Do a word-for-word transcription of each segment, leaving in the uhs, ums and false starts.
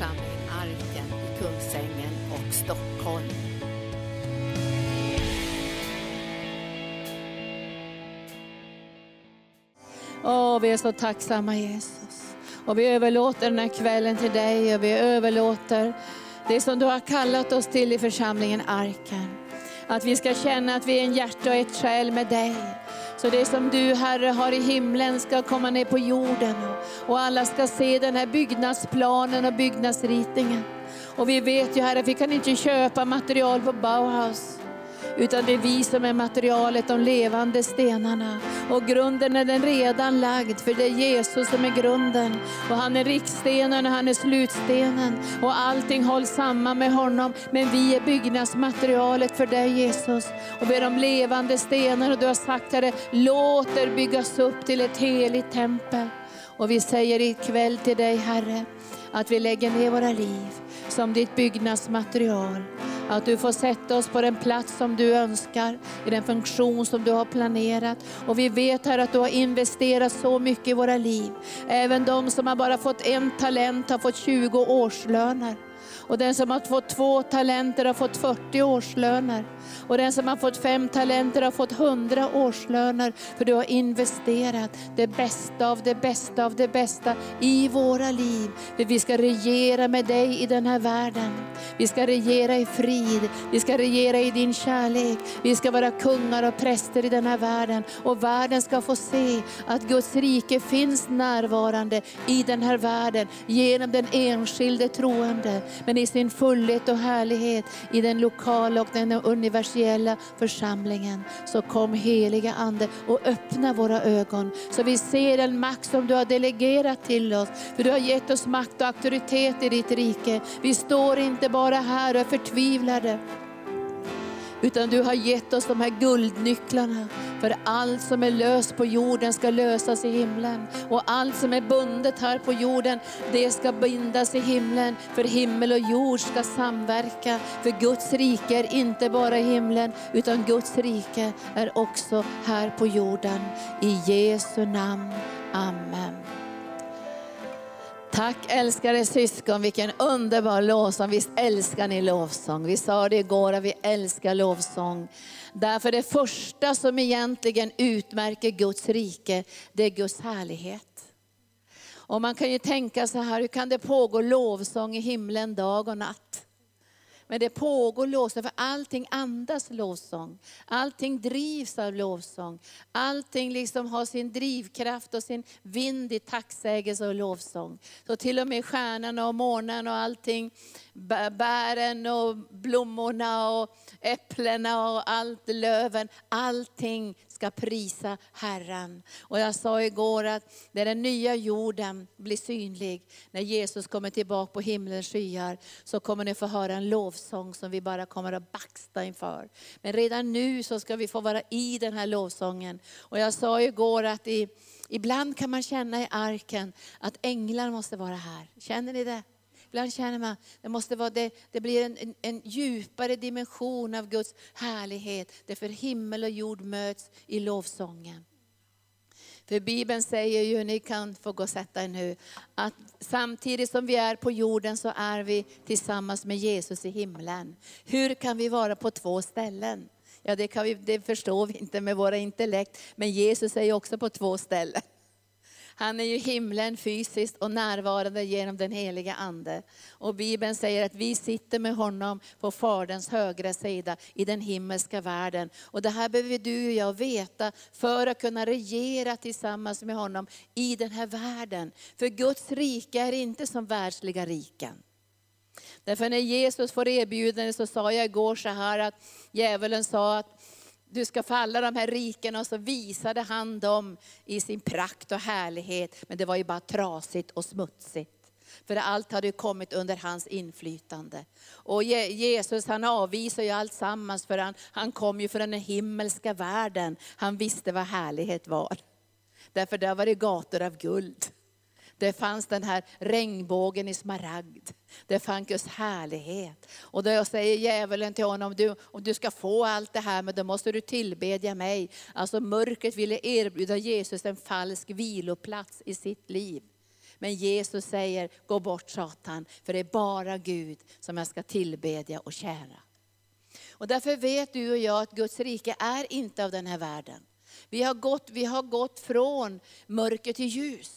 församlingen Arken i Kungsängen och Stockholm. Åh, vi är så tacksamma Jesus. Och vi överlåter den här kvällen till dig och vi överlåter det som du har kallat oss till i församlingen Arken. Att vi ska känna att vi är en hjärta och ett själ med dig. Så det som du, Herre, har i himlen ska komma ner på jorden. Och alla ska se den här byggnadsplanen och byggnadsritningen. Och vi vet ju, Herre, att vi kan inte köpa material på Bauhaus. Utan det är vi som är materialet, de levande stenarna. Och grunden är den redan lagd, för det är Jesus som är grunden. Och han är riktstenen och han är slutstenen. Och allting hålls samman med honom. Men vi är byggnadsmaterialet för dig, Jesus. Och vi är de levande stenarna. Och du har sagt, Herre, låt er byggas upp till ett heligt tempel. Och vi säger ikväll till dig, Herre, att vi lägger ner våra liv som ditt byggnadsmaterial. Att du får sätta oss på den plats som du önskar, i den funktion som du har planerat. Och vi vet här att du har investerat så mycket i våra liv. Även de som har bara fått en talent har fått tjugo årslöner. Och den som har fått två talenter har fått fyrtio årslöner. Och den som har fått fem talenter har fått hundra årslöner. För du har investerat det bästa av det bästa av det bästa i våra liv. För vi ska regera med dig i den här världen. Vi ska regera i frid. Vi ska regera i din kärlek. Vi ska vara kungar och präster i den här världen. Och världen ska få se att Guds rike finns närvarande i den här världen. Genom den enskilde troende. Men i sin fullhet och härlighet i den lokala och den universella församlingen. Så kom heliga ande och öppna våra ögon. Så vi ser den makt som du har delegerat till oss. För du har gett oss makt och auktoritet i ditt rike. Vi står inte bara här och är förtvivlade. Utan du har gett oss de här guldnycklarna. För allt som är löst på jorden ska lösas i himlen. Och allt som är bundet här på jorden, det ska bindas i himlen. För himmel och jord ska samverka. För Guds rike är inte bara i himlen, utan Guds rike är också här på jorden. I Jesu namn. Amen. Tack älskade syskon, vilken underbar lovsång. Visst älskar ni lovsång. Vi sa det igår att vi älskar lovsång. Därför det första som egentligen utmärker Guds rike, det är Guds härlighet. Och man kan ju tänka så här, hur kan det pågå lovsång i himlen dag och natt? Men det pågår lovsång, för allting andas lovsång. Allting drivs av lovsång. Allting liksom har sin drivkraft och sin vind i tacksägelse och lovsång. Så till och med stjärnan och månen och allting, bären och blommorna och äpplena och allt löven, allting ska prisa Herren. Och jag sa igår att när den nya jorden blir synlig, när Jesus kommer tillbaka på himlens skyar, så kommer ni få höra en lovsång som vi bara kommer att baxta inför. Men redan nu så ska vi få vara i den här lovsången. Och jag sa igår att i, ibland kan man känna i arken att änglar måste vara här. Känner ni det? Ibland känner man, det måste vara det, det blir en, en, en djupare dimension av Guds härlighet. Därför himmel och jord möts i lovsången. För Bibeln säger ju, ni kan få gå och sätta er nu, att samtidigt som vi är på jorden så är vi tillsammans med Jesus i himlen. Hur kan vi vara på två ställen? Ja, det, kan vi, det förstår vi inte med våra intellekt, men Jesus är ju också på två ställen. Han är ju himlen fysiskt och närvarande genom den heliga ande. Och Bibeln säger att vi sitter med honom på Faderns högra sida i den himmelska världen. Och det här behöver du och jag veta för att kunna regera tillsammans med honom i den här världen. För Guds rike är inte som världsliga riken. Därför när Jesus får erbjudande så sa jag igår så här att djävulen sa att du ska falla de här rikena, och så visade han dem i sin prakt och härlighet. Men det var ju bara trasigt och smutsigt. För allt hade ju kommit under hans inflytande. Och Jesus han avvisar ju allt sammans, för han, han kom ju från den himmelska världen. Han visste vad härlighet var. Därför där var det gator av guld. Det fanns den här regnbågen i smaragd. Det fanns Guds härlighet. Och då säger djävulen till honom, du, om du ska få allt det här, men då måste du tillbedja mig. Alltså mörkret ville erbjuda Jesus en falsk viloplats i sitt liv. Men Jesus säger, gå bort Satan, för det är bara Gud som jag ska tillbedja och tjäna. Och därför vet du och jag att Guds rike är inte av den här världen. Vi har gått, vi har gått från mörker till ljus.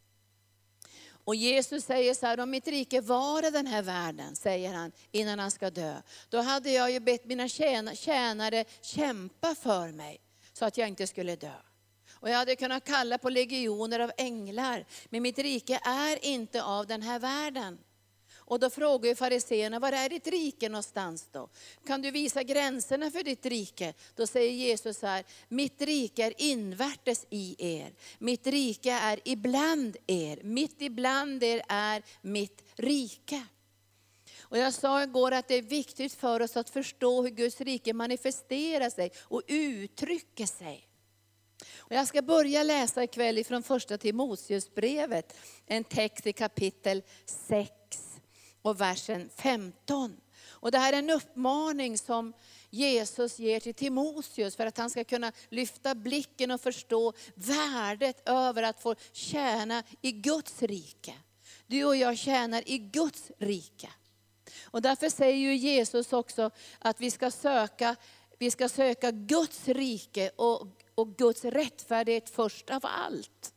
Och Jesus säger så här, om mitt rike var den här världen, säger han innan han ska dö. Då hade jag ju bett mina tjänare kämpa för mig så att jag inte skulle dö. Och jag hade kunnat kalla på legioner av änglar. Men mitt rike är inte av den här världen. Och då frågar ju fariseerna, var är ditt rike någonstans då? Kan du visa gränserna för ditt rike? Då säger Jesus så här, mitt rike är invärtes i er. Mitt rike är ibland er. Mitt ibland er är mitt rike. Och jag sa igår att det är viktigt för oss att förstå hur Guds rike manifesterar sig och uttrycker sig. Och jag ska börja läsa ikväll ifrån första Timoteusbrevet, en text i kapitel sex. Och versen femton. Och det här är en uppmaning som Jesus ger till Timoteus för att han ska kunna lyfta blicken och förstå värdet över att få tjäna i Guds rike. Du och jag tjänar i Guds rike. Och därför säger ju Jesus också att vi ska söka, vi ska söka Guds rike och, och Guds rättfärdighet först av allt.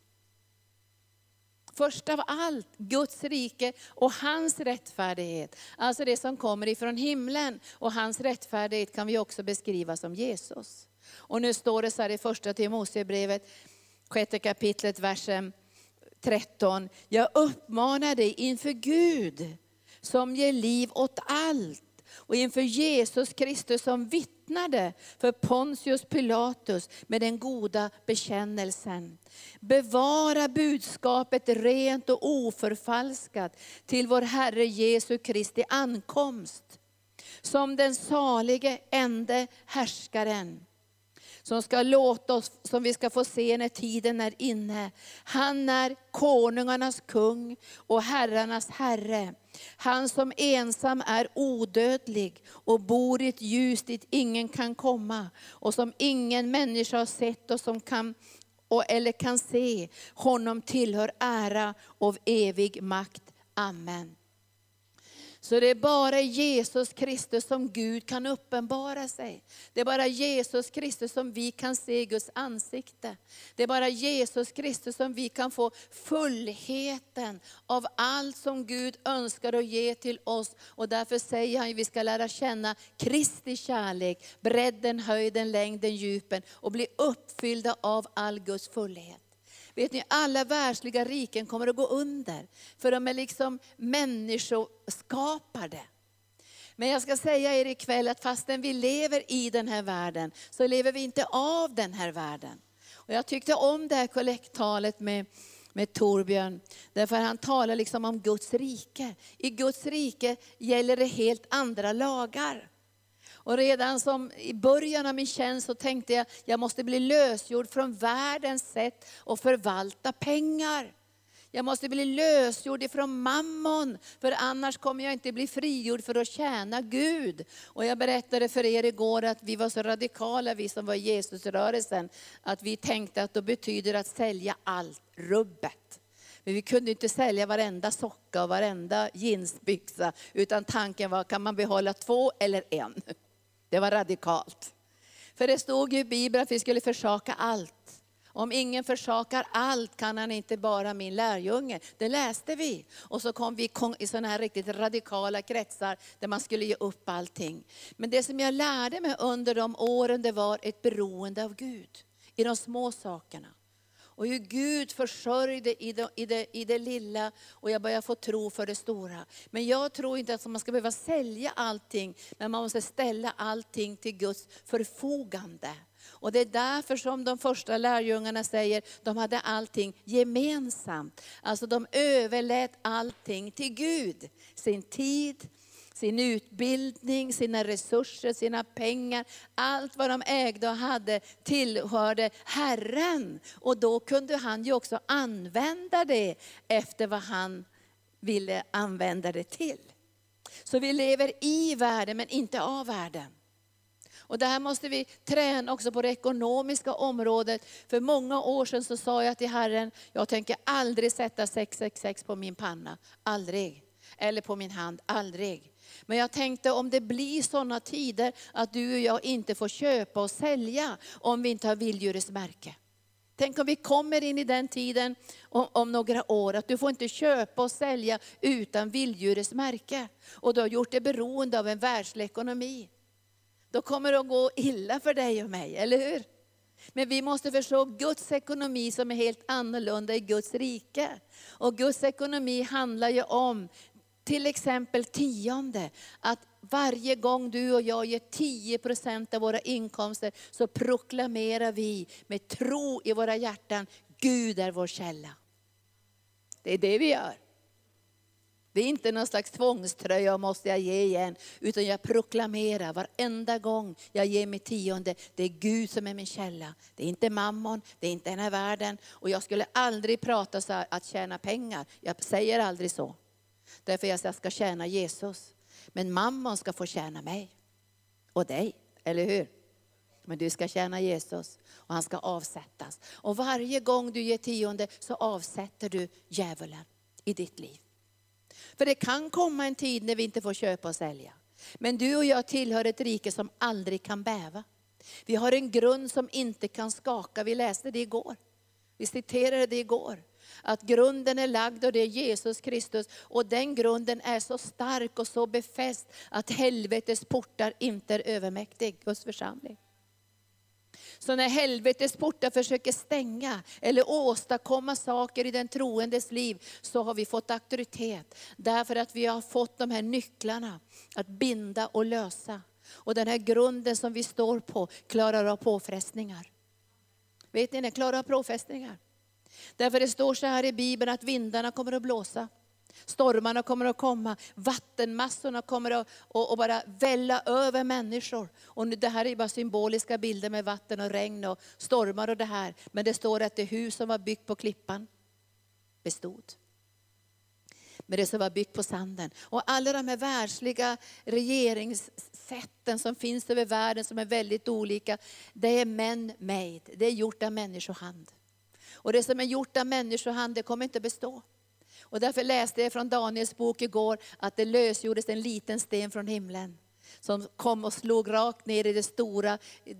Först av allt, Guds rike och hans rättfärdighet. Alltså det som kommer ifrån himlen. Och hans rättfärdighet kan vi också beskriva som Jesus. Och nu står det så här i första Timoteusbrevet, sjätte kapitlet, versen tretton. Jag uppmanar dig inför Gud som ger liv åt allt. Och inför Jesus Kristus som vittnade för Pontius Pilatus med den goda bekännelsen. Bevara budskapet rent och oförfalskat till vår Herre Jesu Kristi ankomst. Som den salige ende härskaren. Som ska låta oss, som vi ska få se när tiden är inne. Han är konungarnas kung och herrarnas herre. Han som ensam är odödlig och bor i ett ljus dit ingen kan komma. Och som ingen människa har sett och som kan och eller kan se. Honom tillhör ära och evig makt. Amen. Så det är bara Jesus Kristus som Gud kan uppenbara sig. Det är bara Jesus Kristus som vi kan se Guds ansikte. Det är bara Jesus Kristus som vi kan få fullheten av allt som Gud önskar att ge till oss. Och därför säger han att vi ska lära känna Kristi kärlek, bredden, höjden, längden, djupen och bli uppfyllda av all Guds fullhet. Vet ni, alla världsliga riken kommer att gå under. För de är liksom människoskapade. Men jag ska säga er ikväll att fastän vi lever i den här världen, så lever vi inte av den här världen. Och jag tyckte om det här kollekttalet med, med Torbjörn. Därför han talar liksom om Guds rike. I Guds rike gäller det helt andra lagar. Och redan som i början av min tjänst så tänkte jag, jag måste bli lösgjord från världens sätt att förvalta pengar. Jag måste bli lösgjord ifrån mammon, för annars kommer jag inte bli frigjord för att tjäna Gud. Och jag berättade för er igår att vi var så radikala, vi som var i Jesusrörelsen, att vi tänkte att det betyder att sälja allt rubbet. Men vi kunde inte sälja varenda socka och varenda jeansbyxa, utan tanken var, kan man behålla två eller en? Det var radikalt. För det stod ju i Bibeln att vi skulle försaka allt. Om ingen försakar allt kan han inte bara min lärjunge. Det läste vi. Och så kom vi i sådana här riktigt radikala kretsar där man skulle ge upp allting. Men det som jag lärde mig under de åren, det var ett beroende av Gud. I de små sakerna. Och hur Gud försörjde i det, i, det, i det lilla, och jag börjar få tro för det stora. Men jag tror inte att man ska behöva sälja allting, men man måste ställa allting till Guds förfogande. Och det är därför som de första lärjungarna säger, de hade allting gemensamt. Alltså de överlät allting till Gud. Sin tid, sin utbildning, sina resurser, sina pengar. Allt vad de ägde och hade tillhörde Herren. Och då kunde han ju också använda det efter vad han ville använda det till. Så vi lever i världen men inte av världen. Och det här måste vi träna också på det ekonomiska området. För många år sedan så sa jag till Herren, jag tänker aldrig sätta sex sex sex på min panna. Aldrig. Eller på min hand. Aldrig. Men jag tänkte om det blir sådana tider att du och jag inte får köpa och sälja om vi inte har vilddjurets märke. Tänk om vi kommer in i den tiden om, om några år, att du får inte köpa och sälja utan vilddjurets märke. Och du har gjort det beroende av en världslig ekonomi. Då kommer det att gå illa för dig och mig, eller hur? Men vi måste förstå Guds ekonomi som är helt annorlunda i Guds rike. Och Guds ekonomi handlar ju om till exempel tionde. Att varje gång du och jag ger tio procent av våra inkomster så proklamerar vi med tro i våra hjärtan, Gud är vår källa. Det är det vi gör. Det är inte någon slags tvångströja och måste jag ge igen. Utan jag proklamerar varenda gång jag ger mitt tionde. Det är Gud som är min källa. Det är inte mammon, det är inte den här världen. Och jag skulle aldrig prata så här att tjäna pengar. Jag säger aldrig så. Därför jag ska tjäna Jesus. Men mammon ska få tjäna mig. Och dig, eller hur? Men du ska tjäna Jesus. Och han ska avsättas. Och varje gång du ger tionde så avsätter du djävulen i ditt liv. För det kan komma en tid när vi inte får köpa och sälja. Men du och jag tillhör ett rike som aldrig kan bäva. Vi har en grund som inte kan skaka. Vi läste det igår. Vi citerade det igår. Att grunden är lagd och det är Jesus Kristus. Och den grunden är så stark och så befäst att helvetets portar inte är övermäktig. Guds församling. Så när helvetets portar försöker stänga eller åstadkomma saker i den troendes liv så har vi fått auktoritet. Därför att vi har fått de här nycklarna att binda och lösa. Och den här grunden som vi står på klarar av påfrestningar. Vet ni, den klarar av påfrestningar. Därför det står så här i Bibeln att vindarna kommer att blåsa. Stormarna kommer att komma, vattenmassorna kommer att och, och bara välla över människor. Och nu, det här är bara symboliska bilder med vatten och regn och stormar och det här. Men det står att det hus som var byggt på klippan bestod. Men det som var byggt på sanden. Och alla de här världsliga regeringssätten som finns över världen som är väldigt olika. Det är man-made, det är gjort av människohand. Och det som är gjort av människohand det kommer inte bestå. Och därför läste jag från Daniels bok igår att det lösgjordes en liten sten från himlen. Som kom och slog rakt ner i det stora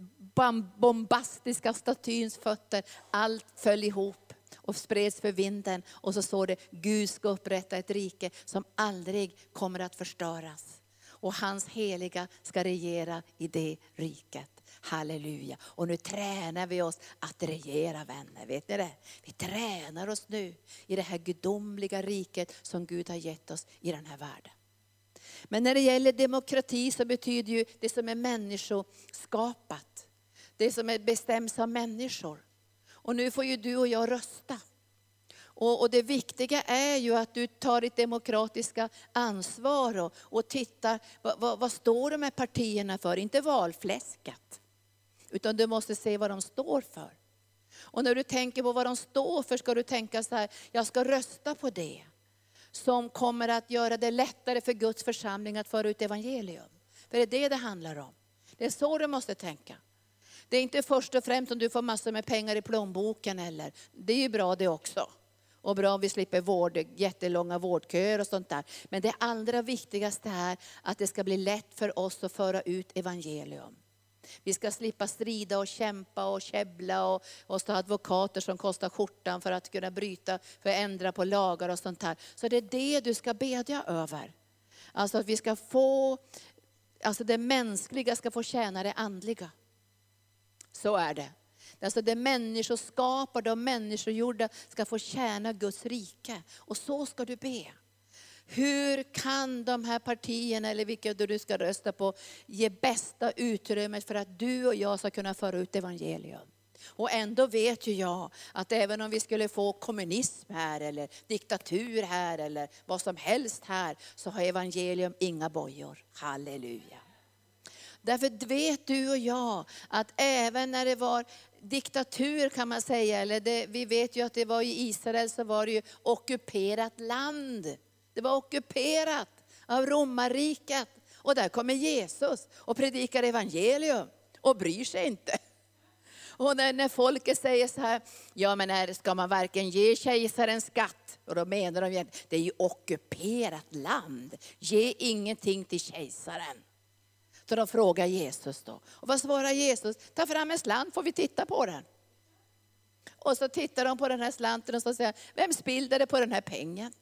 bombastiska statyns fötter. Allt föll ihop och spreds för vinden. Och så står det, Gud ska upprätta ett rike som aldrig kommer att förstöras. Och hans heliga ska regera i det riket. Halleluja. Och nu tränar vi oss att regera, vänner. Vet ni det? Vi tränar oss nu i det här gudomliga riket som Gud har gett oss i den här världen. Men när det gäller demokrati så betyder ju det som är människoskapat. Det som är bestäms av människor. Och nu får ju du och jag rösta. Och, och det viktiga är ju att du tar ditt demokratiska ansvar och, och tittar, vad, vad, vad står de här partierna för? Inte valfläskat. Utan du måste se vad de står för. Och när du tänker på vad de står för ska du tänka så här, jag ska rösta på det. Som kommer att göra det lättare för Guds församling att föra ut evangelium. För det är det det handlar om. Det är så du måste tänka. Det är inte först och främst om du får massor med pengar i plånboken eller. Det är ju bra det också. Och bra om vi slipper vård, jättelånga vårdköer och sånt där. Men det allra viktigaste är att det ska bli lätt för oss att föra ut evangelium. Vi ska slippa strida och kämpa och käbbla och, och stå advokater som kostar skjortan för att kunna bryta, för att ändra på lagar och sånt här. Så det är det du ska bedja över. Alltså att vi ska få, alltså det mänskliga ska få tjäna det andliga. Så är det. Alltså det människoskapade och människogjorda ska få tjäna Guds rike. Och så ska du be. Hur kan de här partierna eller vilka du ska rösta på ge bästa utrymmet för att du och jag ska kunna föra ut evangelium? Och ändå vet ju jag att även om vi skulle få kommunism här eller diktatur här eller vad som helst här så har evangelium inga bojor. Halleluja. Därför vet du och jag att även när det var diktatur kan man säga, eller det, vi vet ju att det var i Israel så var det ju ockuperat land. Det var ockuperat av romarriket. Och där kommer Jesus och predikar evangelium. och bryr sig inte. Och när, när folket säger så här, ja men här ska man varken ge kejsaren skatt, och då menar de att det är ju ockuperat land, ge ingenting till kejsaren. Så de frågar Jesus då, och vad svarar Jesus? Ta fram en slant, får vi titta på den. Och så tittar de på den här slanten och så säger, vem spillde på den här pengen?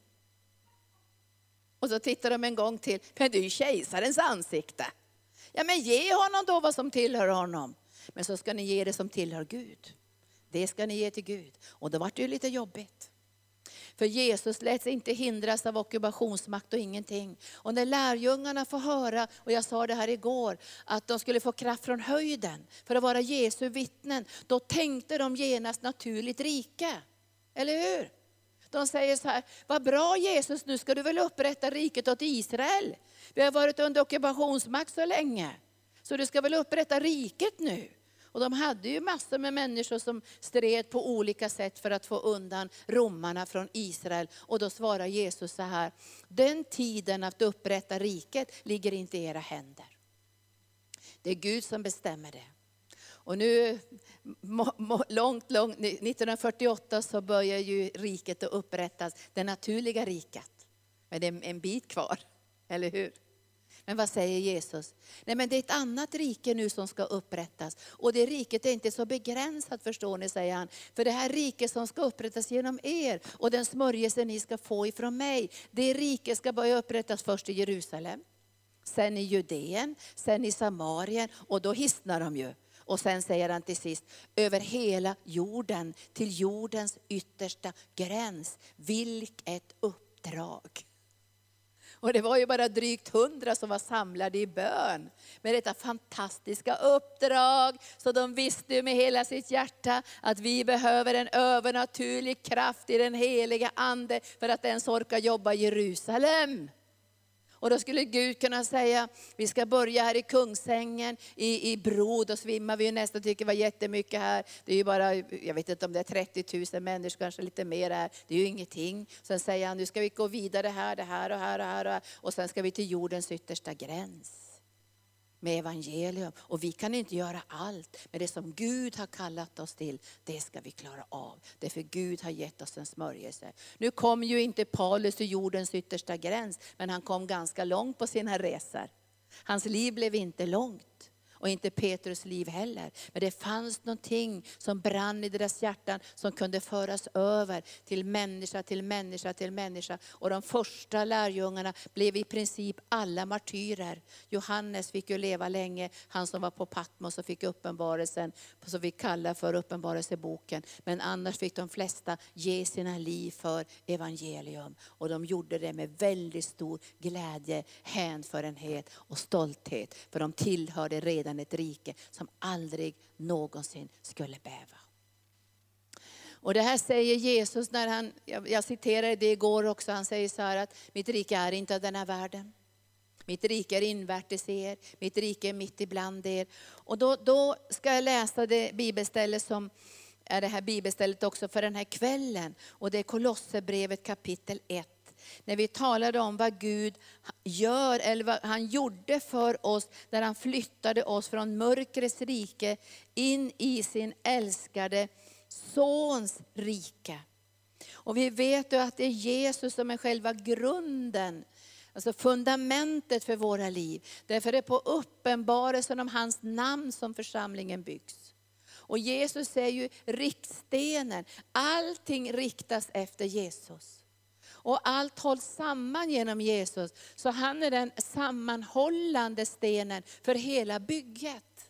Och så tittar de en gång till, men det är ju kejsarens ansikte. Ja men ge honom då vad som tillhör honom. Men så ska ni ge det som tillhör Gud. Det ska ni ge till Gud. Och då var det ju lite jobbigt. För Jesus lät sig inte hindras av ockupationsmakt och ingenting. Och när lärjungarna får höra, och jag sa det här igår, att de skulle få kraft från höjden för att vara Jesu vittnen. Då tänkte de genast naturligt rike. Eller hur? De säger så här, vad bra Jesus, nu ska du väl upprätta riket åt Israel. Vi har varit under ockupationsmakt så länge. Så du ska väl upprätta riket nu. Och de hade ju massor med människor som stred på olika sätt för att få undan romarna från Israel. Och då svarar Jesus så här, den tiden att upprätta riket ligger inte i era händer. Det är Gud som bestämmer det. Och nu, långt, långt, nittonhundrafyrtioåtta så börjar ju riket att upprättas, det naturliga riket. Men det är en bit kvar, eller hur? Men vad säger Jesus? Nej men det är ett annat rike nu som ska upprättas. Och det riket är inte så begränsat, förstår ni, säger han. För det här riket som ska upprättas genom er och den smörjelse ni ska få ifrån mig. Det riket ska börja upprättas först i Jerusalem. Sen i Judeen, sen i Samarien, och då hissnar de ju. Och sen säger han till sist, över hela jorden, till jordens yttersta gräns. Vilket uppdrag! Och det var ju bara drygt hundra som var samlade i bön med detta fantastiska uppdrag. Så de visste med hela sitt hjärta att vi behöver en övernaturlig kraft i den heliga ande för att ens orka jobba i Jerusalem. Och då skulle Gud kunna säga, vi ska börja här i Kungsängen, i, i Bro, då svimmar vi ju nästan, tycker det var jättemycket här. Det är ju bara, jag vet inte om det är trettio tusen människor, kanske lite mer här. Det är ju ingenting. Sen säger han, nu ska vi gå vidare här, det här och här och här. Och, här. Och sen ska vi till jordens yttersta gräns med evangelium. Och vi kan inte göra allt, men det som Gud har kallat oss till, det ska vi klara av. Det är för Gud har gett oss en smörjelse. Nu kom ju inte Paulus till jordens yttersta gräns, men han kom ganska långt på sina resor. Hans liv blev inte långt. Och inte Petrus liv heller. Men det fanns någonting som brann i deras hjärtan som kunde föras över till människa, till människa, till människa. Och de första lärjungarna blev i princip alla martyrer. Johannes fick ju leva länge, han som var på Patmos och fick uppenbarelsen, som vi kallar för uppenbarelseboken. Men annars fick de flesta ge sina liv för evangelium. Och de gjorde det med väldigt stor glädje, hänförenhet och stolthet. För de tillhörde redan ett rike som aldrig någonsin skulle bäva. Och det här säger Jesus när han, jag citerade det igår också, han säger så här att mitt rike är inte av den här världen. Mitt rike är invärtes er, mitt rike är mitt ibland er. Och då, då ska jag läsa det bibelstället som är det här bibelstället också för den här kvällen. Och det är Kolosserbrevet kapitel ett. När vi talade om vad Gud gör eller vad han gjorde för oss när han flyttade oss från mörkrets rike in i sin älskade sons rike. Och vi vet ju att det är Jesus som är själva grunden, alltså fundamentet för våra liv. Därför är det på uppenbarelsen om hans namn som församlingen byggs. Och Jesus är ju riktstenen, allting riktas efter Jesus. Och allt hålls samman genom Jesus. Så han är den sammanhållande stenen för hela bygget.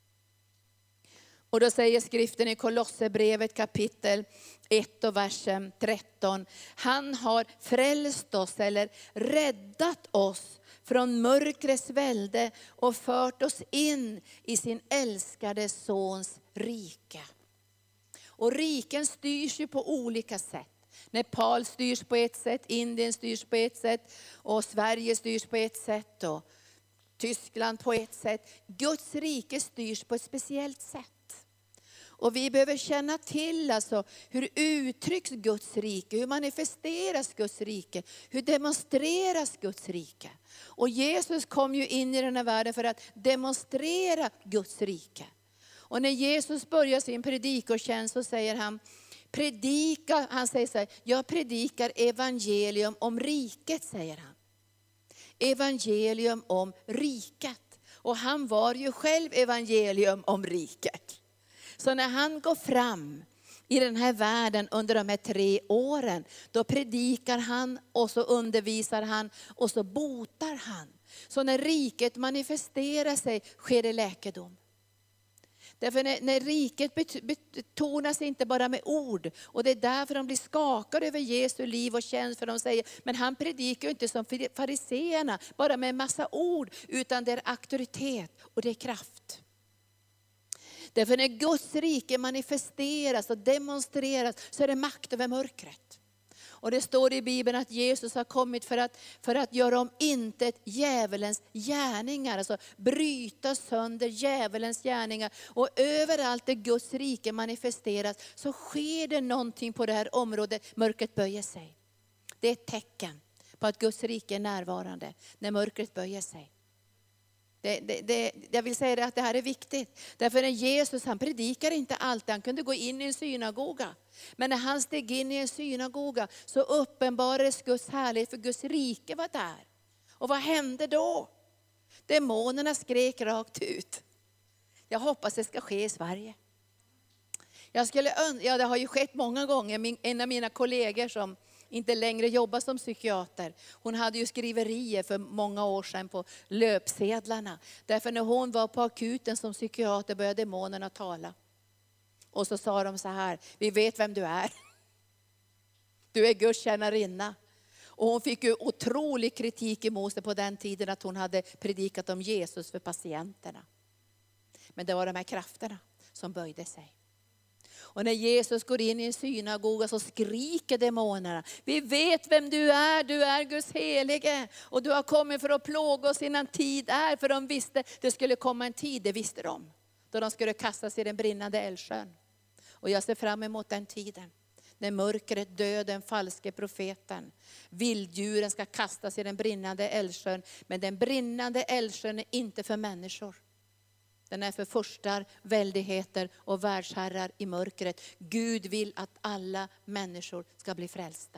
Och då säger skriften i Kolosserbrevet kapitel ett och versen tretton. Han har frälst oss eller räddat oss från mörkrets välde och fört oss in i sin älskade sons rike. Och riken styrs ju på olika sätt. Nepal styrs på ett sätt, Indien styrs på ett sätt och Sverige styrs på ett sätt och Tyskland på ett sätt. Guds rike styrs på ett speciellt sätt. Och vi behöver känna till alltså hur uttrycks Guds rike, hur manifesteras Guds rike, hur demonstreras Guds rike. Och Jesus kom ju in i den här världen för att demonstrera Guds rike. Och när Jesus börjar sin predikotjänst så säger han, predika, han säger så här, jag predikar evangelium om riket, säger han. Evangelium om riket. Och han var ju själv evangelium om riket. Så när han går fram i den här världen under de här tre åren, då predikar han och så undervisar han och så botar han. Så när riket manifesterar sig sker det läkedom. Därför när, när riket betonas inte bara med ord, och det är därför de blir skakade över Jesu liv och tjänst, för de säger, men han predikar ju inte som fariseerna, bara med en massa ord, utan det är auktoritet och det är kraft. Därför när Guds rike manifesteras och demonstreras så är det makt över mörkret. Och det står i Bibeln att Jesus har kommit för att, för att göra om intet djävulens gärningar. Alltså bryta sönder djävulens gärningar. Och överallt där Guds rike manifesteras så sker det någonting på det här området. Mörkret böjer sig. Det är ett tecken på att Guds rike är närvarande när mörkret böjer sig. Det, det, det, jag vill säga att det här är viktigt. Därför när Jesus, han predikar inte alltid. Han kunde gå in i en synagoga. Men när han steg in i en synagoga så uppenbarades Guds härlighet, för Guds rike var där. Och vad hände då? Demonerna skrek rakt ut. Jag hoppas det ska ske i Sverige. Jag skulle, ja, det har ju skett många gånger. Min, en av mina kollegor som inte längre jobbar som psykiater, hon hade ju skriverier för många år sedan på löpsedlarna. Därför när hon var på akuten som psykiater började demonerna tala. Och så sa de så här, vi vet vem du är. Du är Guds tjänarinna. Och hon fick ju otrolig kritik emot sig på den tiden att hon hade predikat om Jesus för patienterna. Men det var de här krafterna som böjde sig. Och när Jesus går in i en synagoga så skriker demonerna, vi vet vem du är, du är Guds helige. Och du har kommit för att plåga oss innan tid är. För de visste det skulle komma en tid, det visste de. Då de skulle kastas i den brinnande eldsjön. Och jag ser fram emot den tiden. När mörkret, döden, falske profeten, vilddjuren ska kastas i den brinnande eldsjön. Men den brinnande eldsjön är inte för människor. Den är för furstar, väldigheter och världsherrar i mörkret. Gud vill att alla människor ska bli frälsta.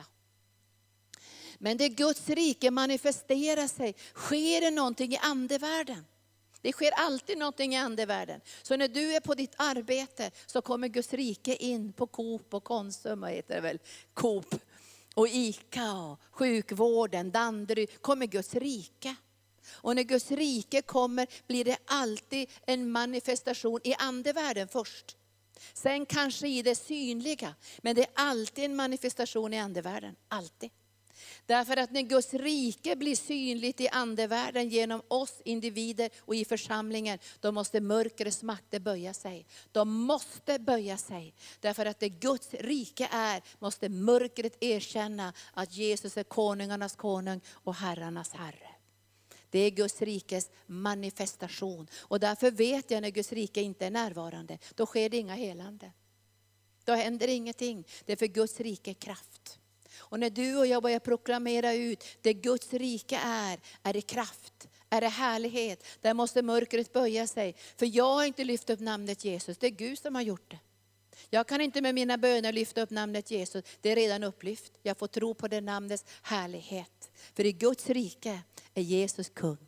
Men det Guds rike manifesterar sig, sker det någonting i andevärlden. Det sker alltid någonting i andevärlden. Så när du är på ditt arbete så kommer Guds rike in på Coop och Konsum, vad heter det väl? Coop och Ica och sjukvården, Danderyd, kommer Guds rike. Och när Guds rike kommer blir det alltid en manifestation i andevärlden först. Sen kanske i det synliga, men det är alltid en manifestation i andevärlden, alltid. Därför att när Guds rike blir synligt i andevärlden genom oss individer och i församlingen, då måste mörkrets makter böja sig. De måste böja sig. Därför att det Guds rike är, måste mörkret erkänna att Jesus är konungarnas konung och herrarnas herre. Det är Guds rikes manifestation. Och därför vet jag när Guds rike inte är närvarande, då sker det inga helande. Då händer ingenting. Det är för Guds rike kraft. Och när du och jag börjar proklamera ut det Guds rike är, är det kraft, är det härlighet. Där måste mörkret böja sig. För jag har inte lyft upp namnet Jesus, det är Gud som har gjort det. Jag kan inte med mina böner lyfta upp namnet Jesus, det är redan upplyft. Jag får tro på det namnets härlighet. För i Guds rike är Jesus kung.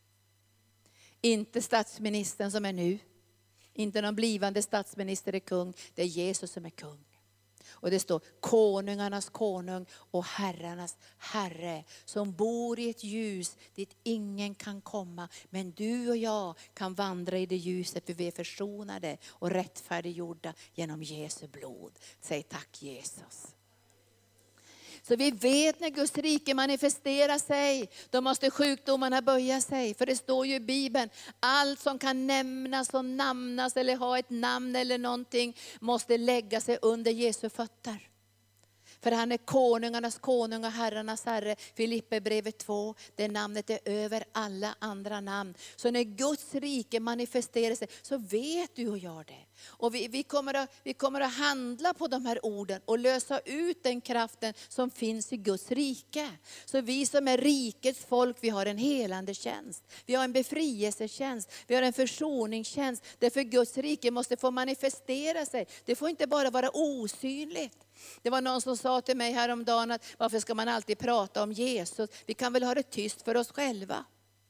Inte statsministern som är nu. Inte någon blivande statsminister är kung. Det är Jesus som är kung. Och det står konungarnas konung och herrarnas herre. Som bor i ett ljus dit ingen kan komma. Men du och jag kan vandra i det ljuset. För vi är försonade och rättfärdiggjorda genom Jesu blod. Säg tack Jesus. Så vi vet när Guds rike manifesterar sig, då måste sjukdomarna böja sig. För det står ju i Bibeln, allt som kan nämnas och namnas eller ha ett namn eller någonting måste lägga sig under Jesu fötter. För han är konungarnas konung och herrarnas herre. Filipperbrevet två, det namnet är över alla andra namn. Så när Guds rike manifesterar sig så vet du och jag det. Och vi, vi, kommer att, vi kommer att handla på de här orden och lösa ut den kraften som finns i Guds rike. Så vi som är rikets folk, vi har en helande tjänst. Vi har en befrielsetjänst. Vi har en försoningstjänst. Därför Guds rike måste få manifestera sig. Det får inte bara vara osynligt. Det var någon som sa till mig häromdagen att varför ska man alltid prata om Jesus? Vi kan väl ha det tyst för oss själva.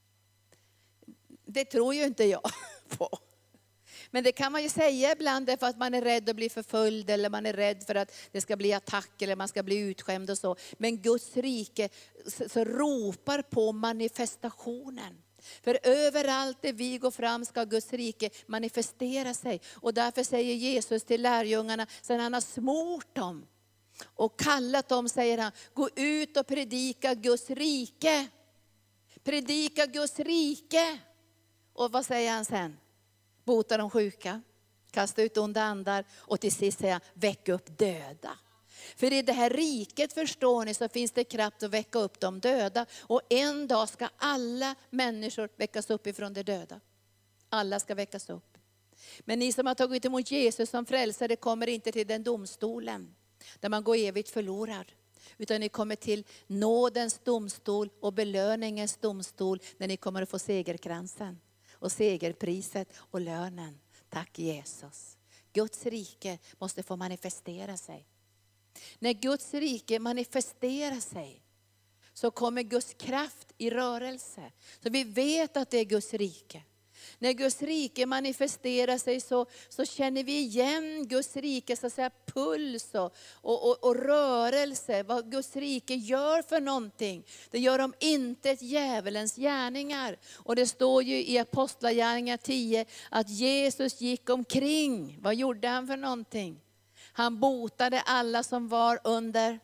Det tror ju inte jag på. Men det kan man ju säga ibland därför att man är rädd att bli förföljd eller man är rädd för att det ska bli attack eller man ska bli utskämd och så. Men Guds rike så, så ropar på manifestationen. För överallt där vi går fram ska Guds rike manifestera sig. Och därför säger Jesus till lärjungarna, sen han har smort dem och kallat dem, säger han, gå ut och predika Guds rike. Predika Guds rike. Och vad säger han sen? Bota de sjuka, kasta ut onda andar och till sist säga väck upp döda. För i det här riket, förstår ni, så finns det kraft att väcka upp de döda. Och en dag ska alla människor väckas upp ifrån de döda. Alla ska väckas upp. Men ni som har tagit emot Jesus som frälsare kommer inte till den domstolen där man går evigt förlorad. Utan ni kommer till nådens domstol och belöningens domstol när ni kommer att få segerkransen. Och segerpriset och lönen. Tack Jesus. Guds rike måste få manifestera sig. När Guds rike manifesterar sig så kommer Guds kraft i rörelse. Så vi vet att det är Guds rike. När Guds rike manifesterar sig så, så känner vi igen Guds rike, så att säga, puls och, och, och, och rörelse. Vad Guds rike gör för någonting. Det gör om inte ett djävulens gärningar. Och det står ju i Apostlagärningarna tio att Jesus gick omkring. Vad gjorde han för någonting? Han botade alla som var under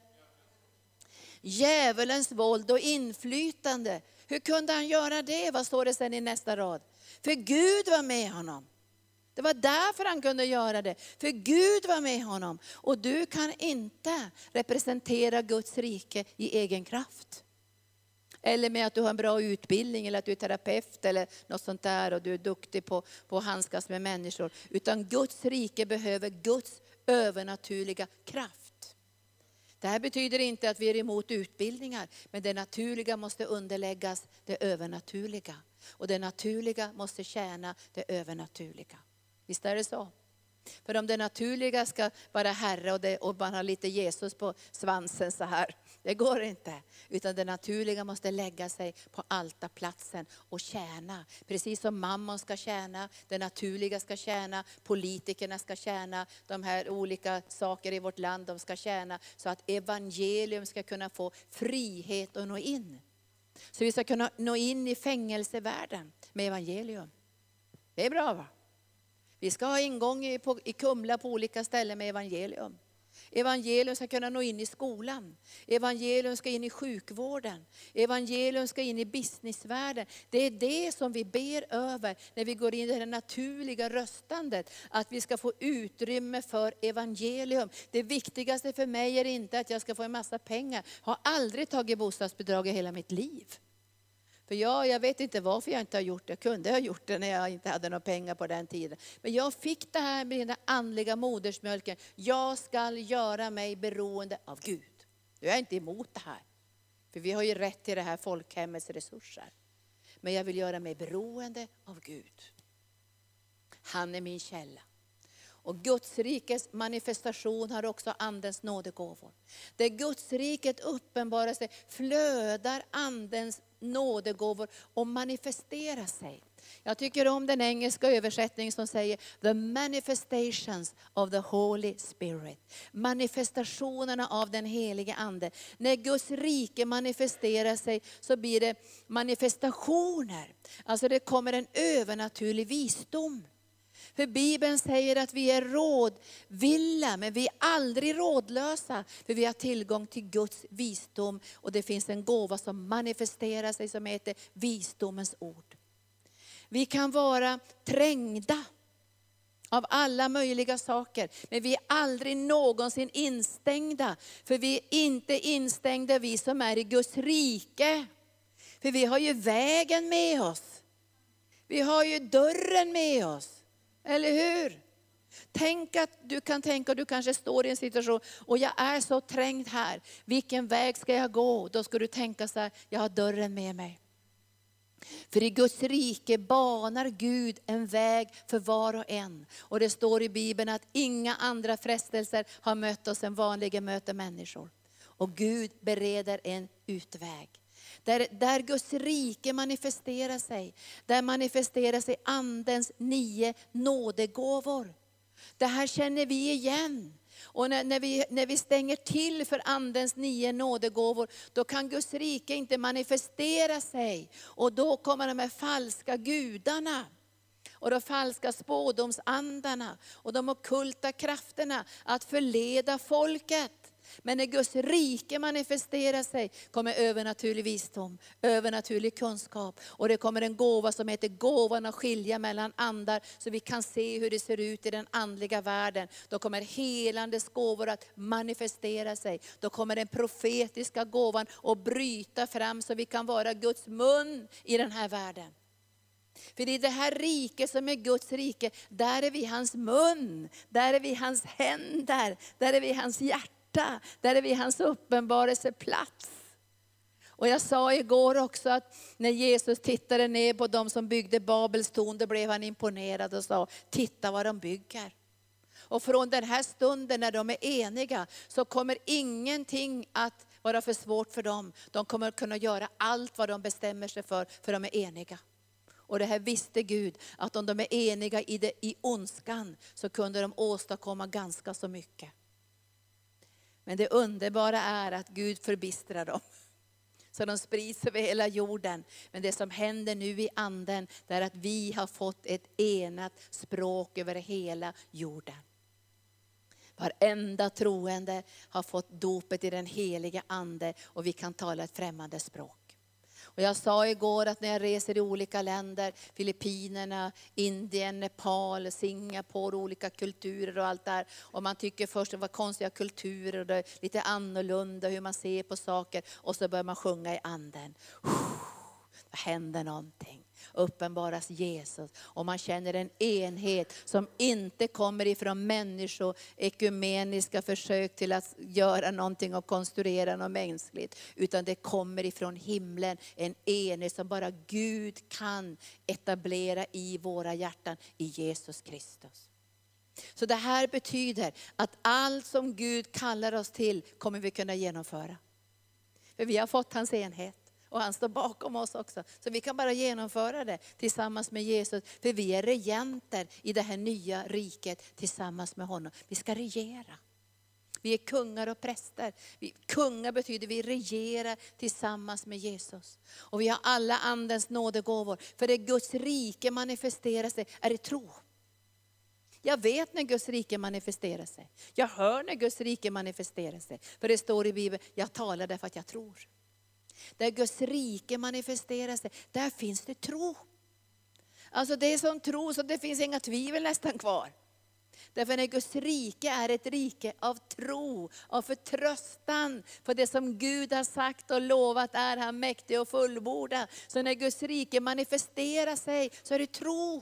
djävulens våld och inflytande. Hur kunde han göra det? Vad står det sen i nästa rad? För Gud var med honom. Det var därför han kunde göra det. För Gud var med honom. Och du kan inte representera Guds rike i egen kraft. Eller med att du har en bra utbildning eller att du är terapeut eller något sånt där. Och du är duktig på, på att handskas med människor. Utan Guds rike behöver Guds övernaturliga kraft. Det här betyder inte att vi är emot utbildningar. Men det naturliga måste underläggas det övernaturliga. Och det naturliga måste tjäna det övernaturliga. Visst är det så? För om det naturliga ska vara herre och, det, och man har lite Jesus på svansen så här. Det går inte. Utan det naturliga måste lägga sig på altarplatsen och tjäna. Precis som mammon ska tjäna, det naturliga ska tjäna, politikerna ska tjäna, de här olika saker i vårt land de ska tjäna. Så att evangelium ska kunna få frihet att nå in. Så vi ska kunna nå in i fängelsevärlden med evangelium. Det är bra, va? Vi ska ha ingång i, på, i Kumla på olika ställen med evangelium. Evangelium ska kunna nå in i skolan. Evangelium ska in i sjukvården. Evangelium ska in i businessvärlden. Det är det som vi ber över när vi går in i det naturliga röstandet. Att vi ska få utrymme för evangelium. Det viktigaste för mig är inte att jag ska få en massa pengar. Jag har aldrig tagit bostadsbidrag i hela mitt liv. För jag, jag vet inte varför jag inte har gjort det. Jag kunde ha gjort det när jag inte hade några pengar på den tiden. Men jag fick det här med den andliga modersmjölken. Jag ska göra mig beroende av Gud. Jag är inte emot det här. För vi har ju rätt till det här folkhemmets resurser. Men jag vill göra mig beroende av Gud. Han är min källa. Och Guds rikes manifestation har också andens nådegåvor. Där Guds riket uppenbarar sig flödar andens nådegåvor och manifesterar sig. Jag tycker om den engelska översättningen som säger the manifestations of the Holy Spirit. Manifestationerna av den helige ande. När Guds rike manifesterar sig så blir det manifestationer. Alltså det kommer en övernaturlig visdom. För Bibeln säger att vi är rådvilla, men vi är aldrig rådlösa. För vi har tillgång till Guds visdom och det finns en gåva som manifesterar sig som heter visdomens ord. Vi kan vara trängda av alla möjliga saker. Men vi är aldrig någonsin instängda. För vi är inte instängda, vi som är i Guds rike. För vi har ju vägen med oss. Vi har ju dörren med oss. Eller hur? Tänk att du kan tänka, du kanske står i en situation och jag är så trängd här. Vilken väg ska jag gå? Då ska du tänka så här, jag har dörren med mig. För i Guds rike banar Gud en väg för var och en. Och det står i Bibeln att inga andra frestelser har mött oss än vanliga möter människor. Och Gud bereder en utväg. Där, där Guds rike manifesterar sig, där manifesterar sig andens nio nådegåvor. Det här känner vi igen. Och när, när, vi, när vi stänger till för andens nio nådegåvor, då kan Guds rike inte manifestera sig. Och då kommer de här falska gudarna. Och de falska spådomsandarna. Och de ockulta krafterna att förleda folket. Men när Guds rike manifesterar sig kommer övernaturlig visdom, övernaturlig kunskap. Och det kommer en gåva som heter gåvan att skilja mellan andar. Så vi kan se hur det ser ut i den andliga världen. Då kommer helandes gåvor att manifestera sig. Då kommer den profetiska gåvan att bryta fram så vi kan vara Guds mun i den här världen. För i det här riket som är Guds rike, där är vi hans mun, där är vi hans händer, där är vi hans hjärta. Där är vi hans uppenbarelseplats. Och jag sa igår också att när Jesus tittade ner på de som byggde Babels torn, då blev han imponerad och sa, titta vad de bygger. Och från den här stunden när de är eniga så kommer ingenting att vara för svårt för dem. De kommer kunna göra allt vad de bestämmer sig för, för de är eniga. Och det här visste Gud, att om de är eniga i, det, i ondskan så kunde de åstadkomma ganska så mycket. Men det underbara är att Gud förbistrar dem. Så de sprids över hela jorden. Men det som händer nu i anden, det är att vi har fått ett enat språk över hela jorden. Varenda troende har fått dopet i den heliga ande och vi kan tala ett främmande språk. Och jag sa igår att när jag reser i olika länder, Filippinerna, Indien, Nepal, Singapore, olika kulturer och allt där. Och man tycker först att det var konstiga kulturer och det är lite annorlunda hur man ser på saker. Och så börjar man sjunga i anden. Det händer någonting. Uppenbaras Jesus. Och man känner en enhet som inte kommer ifrån människor, ekumeniska försök till att göra någonting och konstruera något mänskligt. Utan det kommer ifrån himlen. En enhet som bara Gud kan etablera i våra hjärtan i Jesus Kristus. Så det här betyder att allt som Gud kallar oss till kommer vi kunna genomföra. För vi har fått hans enhet. Och han står bakom oss också. Så vi kan bara genomföra det tillsammans med Jesus. För vi är regenter i det här nya riket tillsammans med honom. Vi ska regera. Vi är kungar och präster. Vi, kungar betyder vi regerar tillsammans med Jesus. Och vi har alla andens nådegåvor. För det Guds rike manifesterar sig är det tro. Jag vet när Guds rike manifesterar sig. Jag hör när Guds rike manifesterar sig. För det står i Bibeln, jag talar därför att jag tror. Där Guds rike manifesterar sig, där finns det tro. Alltså det är som tro så det finns inga tvivel nästan kvar. Därför när Guds rike är ett rike av tro, av förtröstan. För det som Gud har sagt och lovat är han mäktig och fullborda. Så när Guds rike manifesterar sig så är det tro.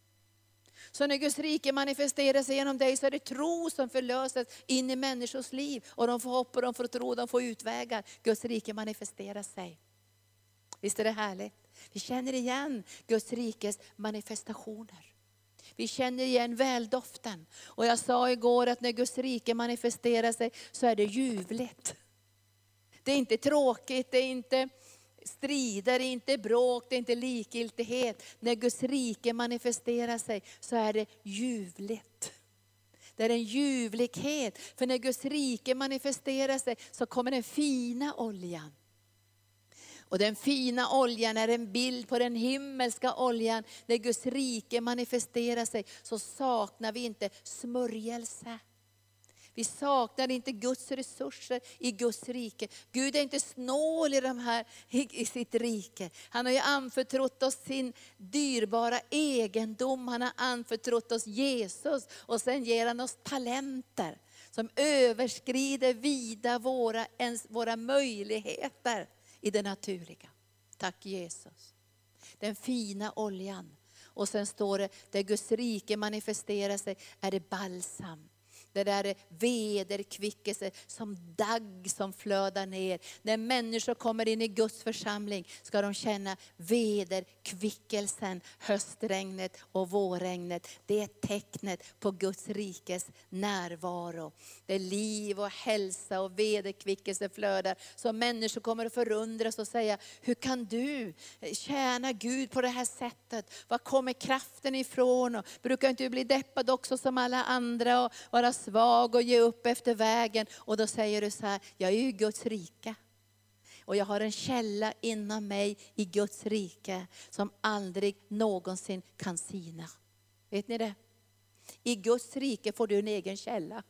Så när Guds rike manifesterar sig genom dig så är det tro som förlöses in i människors liv. Och de får hopp och de får tro, de får utvägar. Guds rike manifesterar sig. Visst är det härligt? Vi känner igen Guds rikes manifestationer. Vi känner igen väldoften. Och jag sa igår att när Guds rike manifesterar sig så är det ljuvligt. Det är inte tråkigt, det är inte strider, det är inte bråk, det är inte likgiltighet. När Guds rike manifesterar sig så är det ljuvligt. Det är en ljuvlighet. För när Guds rike manifesterar sig så kommer den fina oljan. Och den fina oljan är en bild på den himmelska oljan. När Guds rike manifesterar sig så saknar vi inte smörjelse. Vi saknar inte Guds resurser i Guds rike. Gud är inte snål i, de här, i, i sitt rike. Han har ju anförtrott oss sin dyrbara egendom. Han har anförtrott oss Jesus. Och sen ger han oss talenter som överskrider vida våra, ens, våra möjligheter i det naturliga. Tack Jesus. Den fina oljan. Och sen står det, där Guds rike manifesterar sig är det balsam. Det där är vederkvickelse som dagg som flödar ner. När människor kommer in i Guds församling ska de känna vederkvickelsen, höstregnet och vårregnet. Det är tecknet på Guds rikes närvaro. Det är liv och hälsa och vederkvickelse flödar. Så människor kommer att förundras och säga, hur kan du tjäna Gud på det här sättet? Var kommer kraften ifrån? Och brukar inte du bli deppad också som alla andra och vara svag och ge upp efter vägen? Och då säger du så här, jag är ju Guds rike. Och jag har en källa inom mig i Guds rike som aldrig någonsin kan sina. Vet ni det? I Guds rike får du en egen källa.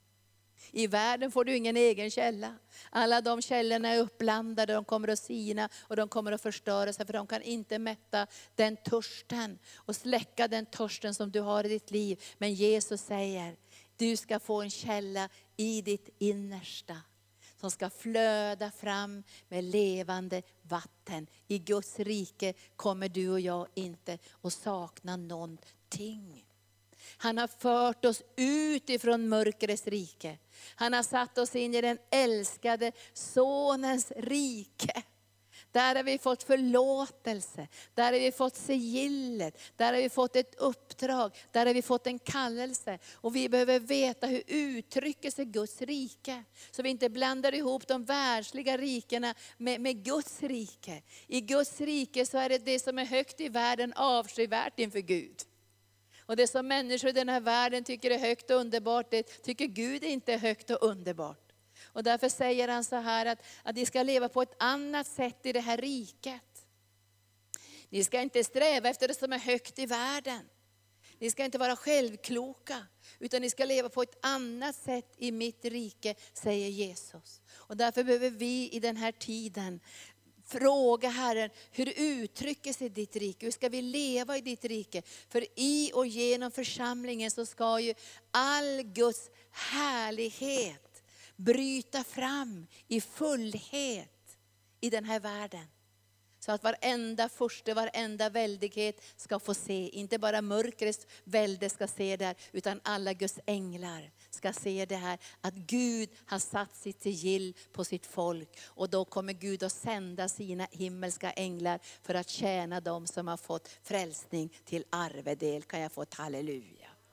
I världen får du ingen egen källa. Alla de källorna är uppblandade, de kommer att sina och de kommer att förstöra sig. För de kan inte mätta den törsten och släcka den törsten som du har i ditt liv. Men Jesus säger, du ska få en källa i ditt innersta. Som ska flöda fram med levande vatten. I Guds rike kommer du och jag inte att sakna någonting. Han har fört oss ut ifrån mörkrets rike. Han har satt oss in i den älskade sonens rike. Där har vi fått förlåtelse. Där har vi fått sigillet. Där har vi fått ett uppdrag. Där har vi fått en kallelse. Och vi behöver veta hur uttrycker sig Guds rike. Så vi inte blandar ihop de världsliga rikena med, med Guds rike. I Guds rike så är det det som är högt i världen avskyvärt inför Gud. Och det som människor i den här världen tycker är högt och underbart, det tycker Gud inte är högt och underbart. Och därför säger han så här att, att ni ska leva på ett annat sätt i det här riket. Ni ska inte sträva efter det som är högt i världen. Ni ska inte vara självkloka, utan ni ska leva på ett annat sätt i mitt rike, säger Jesus. Och därför behöver vi i den här tiden fråga Herren, hur uttrycker sig ditt rike? Hur ska vi leva i ditt rike? För i och genom församlingen så ska ju all Guds härlighet bryta fram i fullhet i den här världen. Så att varenda furste, varenda väldighet ska få se. Inte bara mörkrets välde ska se där, utan alla Guds änglar ska se det här. Att Gud har satt sitt sigill på sitt folk. Och då kommer Gud att sända sina himmelska änglar för att tjäna dem som har fått frälsning till arvedel. Kan jag få ett halleluja?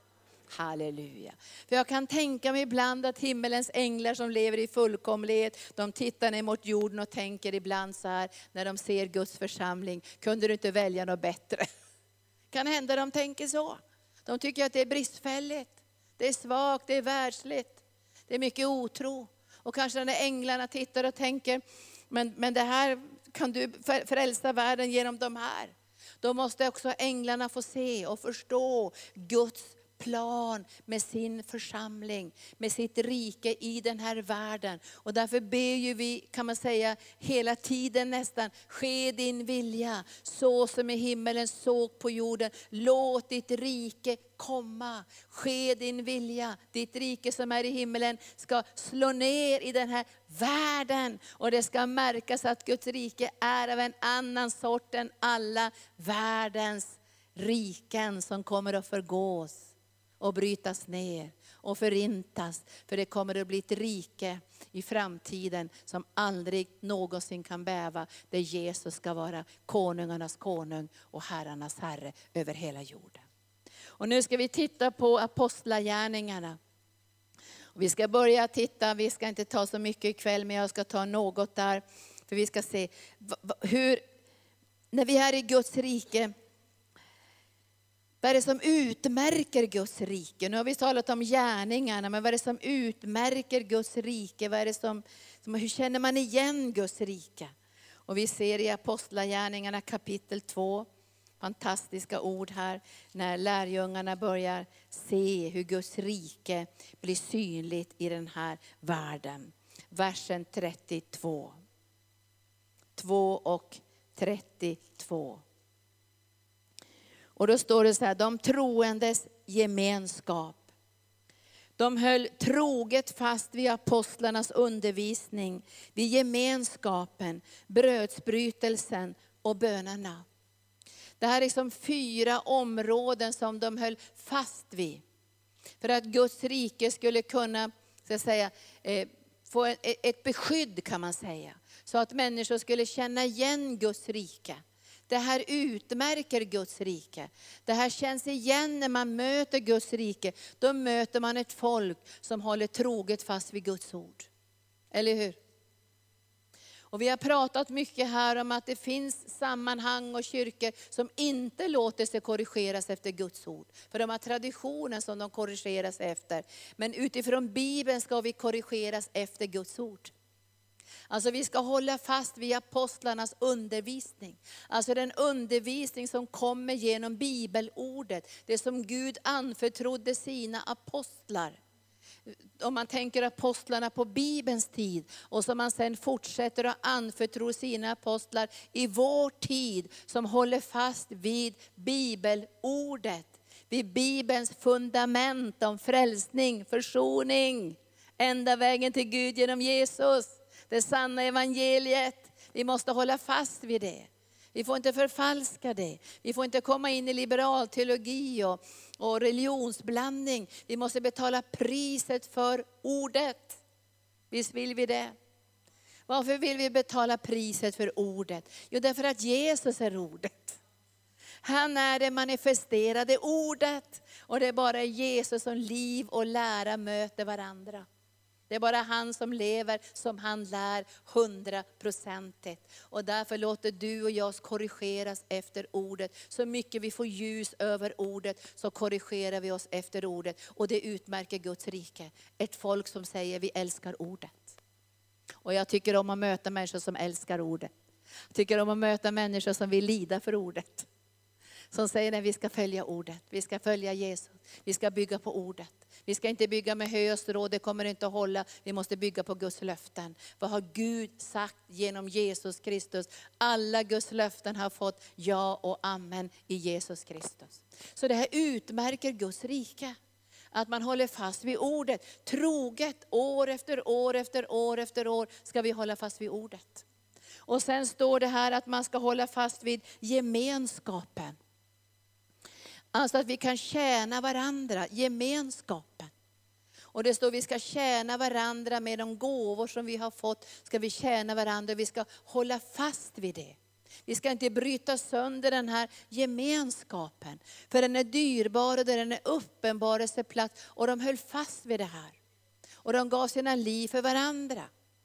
Halleluja. För jag kan tänka mig ibland att himmelens änglar som lever i fullkomlighet, de tittar ner mot jorden och tänker ibland så här, när de ser Guds församling, kunde du inte välja något bättre? Kan hända de tänker så. De tycker att det är bristfälligt, det är svagt, det är världsligt, det är mycket otro. Och kanske när änglarna tittar och tänker, men, men det här kan du frälsa världen genom de här. Då måste också änglarna få se och förstå Guds plan med sin församling, med sitt rike i den här världen. Och därför ber ju vi, kan man säga, hela tiden nästan, ske din vilja, så som i himmelen såg på jorden. Låt ditt rike komma, ske din vilja. Ditt rike som är i himmelen ska slå ner i den här världen. Och det ska märkas att Guds rike är av en annan sort än alla världens riken som kommer att förgås och brytas ner och förintas. För det kommer att bli ett rike i framtiden som aldrig någonsin kan bäva. Där Jesus ska vara konungarnas konung och herrarnas herre över hela jorden. Och nu ska vi titta på apostlagärningarna. Och vi ska börja titta, vi ska inte ta så mycket ikväll, men jag ska ta något där. För vi ska se hur, när vi är i Guds rike, vad är det som utmärker Guds rike? Nu har vi talat om gärningarna, men vad är det som utmärker Guds rike? Vad är det som, hur känner man igen Guds rike? Och vi ser i apostlagärningarna kapitel två, fantastiska ord här när lärjungarna börjar se hur Guds rike blir synligt i den här världen. Versen trettiotvå. två och trettiotvå. Och då står det så här, de troendes gemenskap. De höll troget fast vid apostlarnas undervisning, vid gemenskapen, brödsbrytelsen och bönerna. Det här är liksom fyra områden som de höll fast vid. För att Guds rike skulle kunna, så att säga, eh, få ett, ett beskydd kan man säga. Så att människor skulle känna igen Guds rike. Det här utmärker Guds rike. Det här känns igen när man möter Guds rike. Då möter man ett folk som håller troget fast vid Guds ord. Eller hur? Och vi har pratat mycket här om att det finns sammanhang och kyrkor som inte låter sig korrigeras efter Guds ord. För de har traditionen som de korrigeras efter. Men utifrån Bibeln ska vi korrigeras efter Guds ord. Alltså vi ska hålla fast vid apostlarnas undervisning. Alltså den undervisning som kommer genom bibelordet. Det som Gud anförtrodde sina apostlar. Om man tänker apostlarna på Bibelns tid. Och som man sen fortsätter att anförtro sina apostlar i vår tid. Som håller fast vid bibelordet. Vid Bibelns fundament om frälsning, försoning. Ända vägen till Gud genom Jesus. Det sanna evangeliet. Vi måste hålla fast vid det. Vi får inte förfalska det. Vi får inte komma in i liberal teologi och, och religionsblandning. Vi måste betala priset för ordet. Visst vill vi det? Varför vill vi betala priset för ordet? Jo, därför att Jesus är ordet. Han är det manifesterade ordet. Och det är bara Jesus som liv och lära möter varandra. Det är bara han som lever, som han lär hundraprocentigt. Och därför låter du och jag oss korrigeras efter ordet. Så mycket vi får ljus över ordet så korrigerar vi oss efter ordet. Och det utmärker Guds rike. Ett folk som säger vi älskar ordet. Och jag tycker om att möta människor som älskar ordet. Jag tycker om att möta människor som vill lida för ordet. Som säger att vi ska följa ordet, vi ska följa Jesus, vi ska bygga på ordet. Vi ska inte bygga med hö och strå, det kommer inte att hålla. Vi måste bygga på Guds löften. Vad har Gud sagt genom Jesus Kristus? Alla Guds löften har fått ja och amen i Jesus Kristus. Så det här utmärker Guds rike. Att man håller fast vid ordet. Troget år efter år efter år efter år ska vi hålla fast vid ordet. Och sen står det här att man ska hålla fast vid gemenskapen. Alltså att vi kan tjäna varandra, gemenskapen. Och det står att vi ska tjäna varandra med de gåvor som vi har fått. Ska vi tjäna varandra och vi ska hålla fast vid det. Vi ska inte bryta sönder den här gemenskapen. För den är dyrbar och den är uppenbarelseplats. Och de höll fast vid det här. Och de gav sina liv för varandra.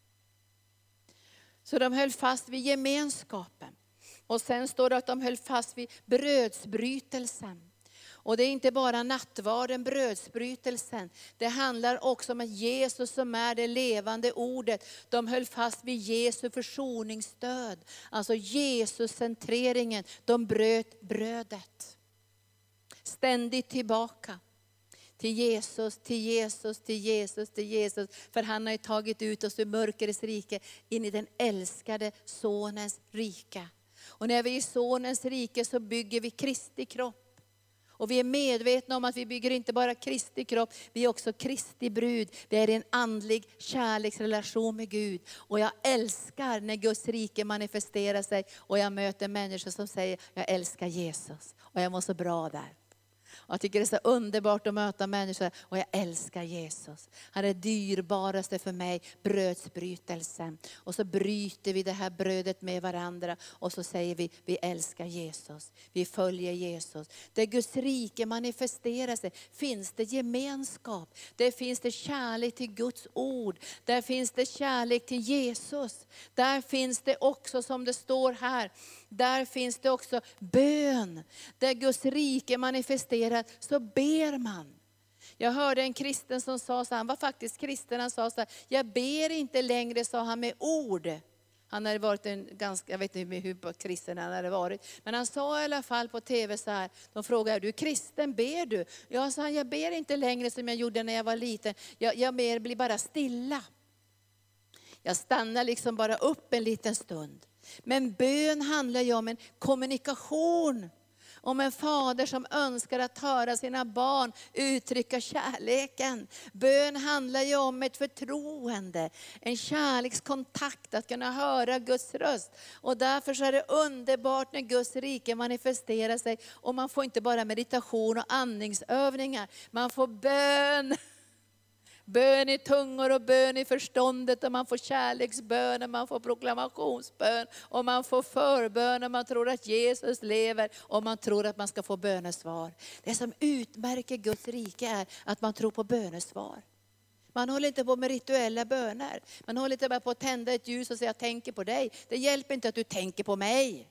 Så de höll fast vid gemenskapen. Och sen står det att de höll fast vid brödsbrytelsen. Och det är inte bara nattvarden, brödsbrytelsen. Det handlar också om att Jesus som är det levande ordet. De höll fast vid Jesu försoningsstöd. Alltså Jesus-centreringen. De bröt brödet. Ständigt tillbaka. Till Jesus, till Jesus, till Jesus, till Jesus. För han har ju tagit ut oss ur mörkrets rike in i den älskade sonens rike. Och när vi är i sonens rike så bygger vi Kristi kropp. Och vi är medvetna om att vi bygger inte bara Kristi kropp, vi är också Kristi brud. Vi är i en andlig kärleksrelation med Gud. Och jag älskar när Guds rike manifesterar sig. Och jag möter människor som säger, jag älskar Jesus. Och jag mår så bra där. Och jag tycker det är så underbart att möta människor och jag älskar Jesus. Han är det dyrbaraste för mig, brödsbrytelsen. Och så bryter vi det här brödet med varandra och så säger vi, vi älskar Jesus. Vi följer Jesus. Där Guds rike manifesterar sig finns det gemenskap. Där finns det kärlek till Guds ord. Där finns det kärlek till Jesus. Där finns det också som det står här. Där finns det också bön. Där Guds rike manifesterar så ber man. Jag hörde en kristen som sa så här, han var faktiskt kristen, han sa så här, jag ber inte längre, sa han, med ord Han hade varit en ganska, jag vet inte hur kristen han hade varit. Men han sa i alla fall på tv så här, de frågade, är du kristen, ber du? Jag sa, jag ber inte längre som jag gjorde när jag var liten. Jag, jag ber, blir bara stilla. Jag stannar liksom bara upp en liten stund. Men bön handlar ju om en kommunikation. Om en fader som önskar att höra sina barn uttrycka kärleken. Bön handlar ju om ett förtroende, en kärlekskontakt, att kunna höra Guds röst. Och därför så är det underbart när Guds rike manifesterar sig. Och man får inte bara meditation och andningsövningar, man får bön. Bön i tungor och bön i förståndet, och man får kärleksbön, och man får proklamationsbön, och man får förbön, och man tror att Jesus lever, och man tror att man ska få bönesvar. Det som utmärker Guds rike är att man tror på bönesvar. Man håller inte på med rituella böner. Man håller inte bara på att tända ett ljus och säga jag tänker på dig. Det hjälper inte att du tänker på mig.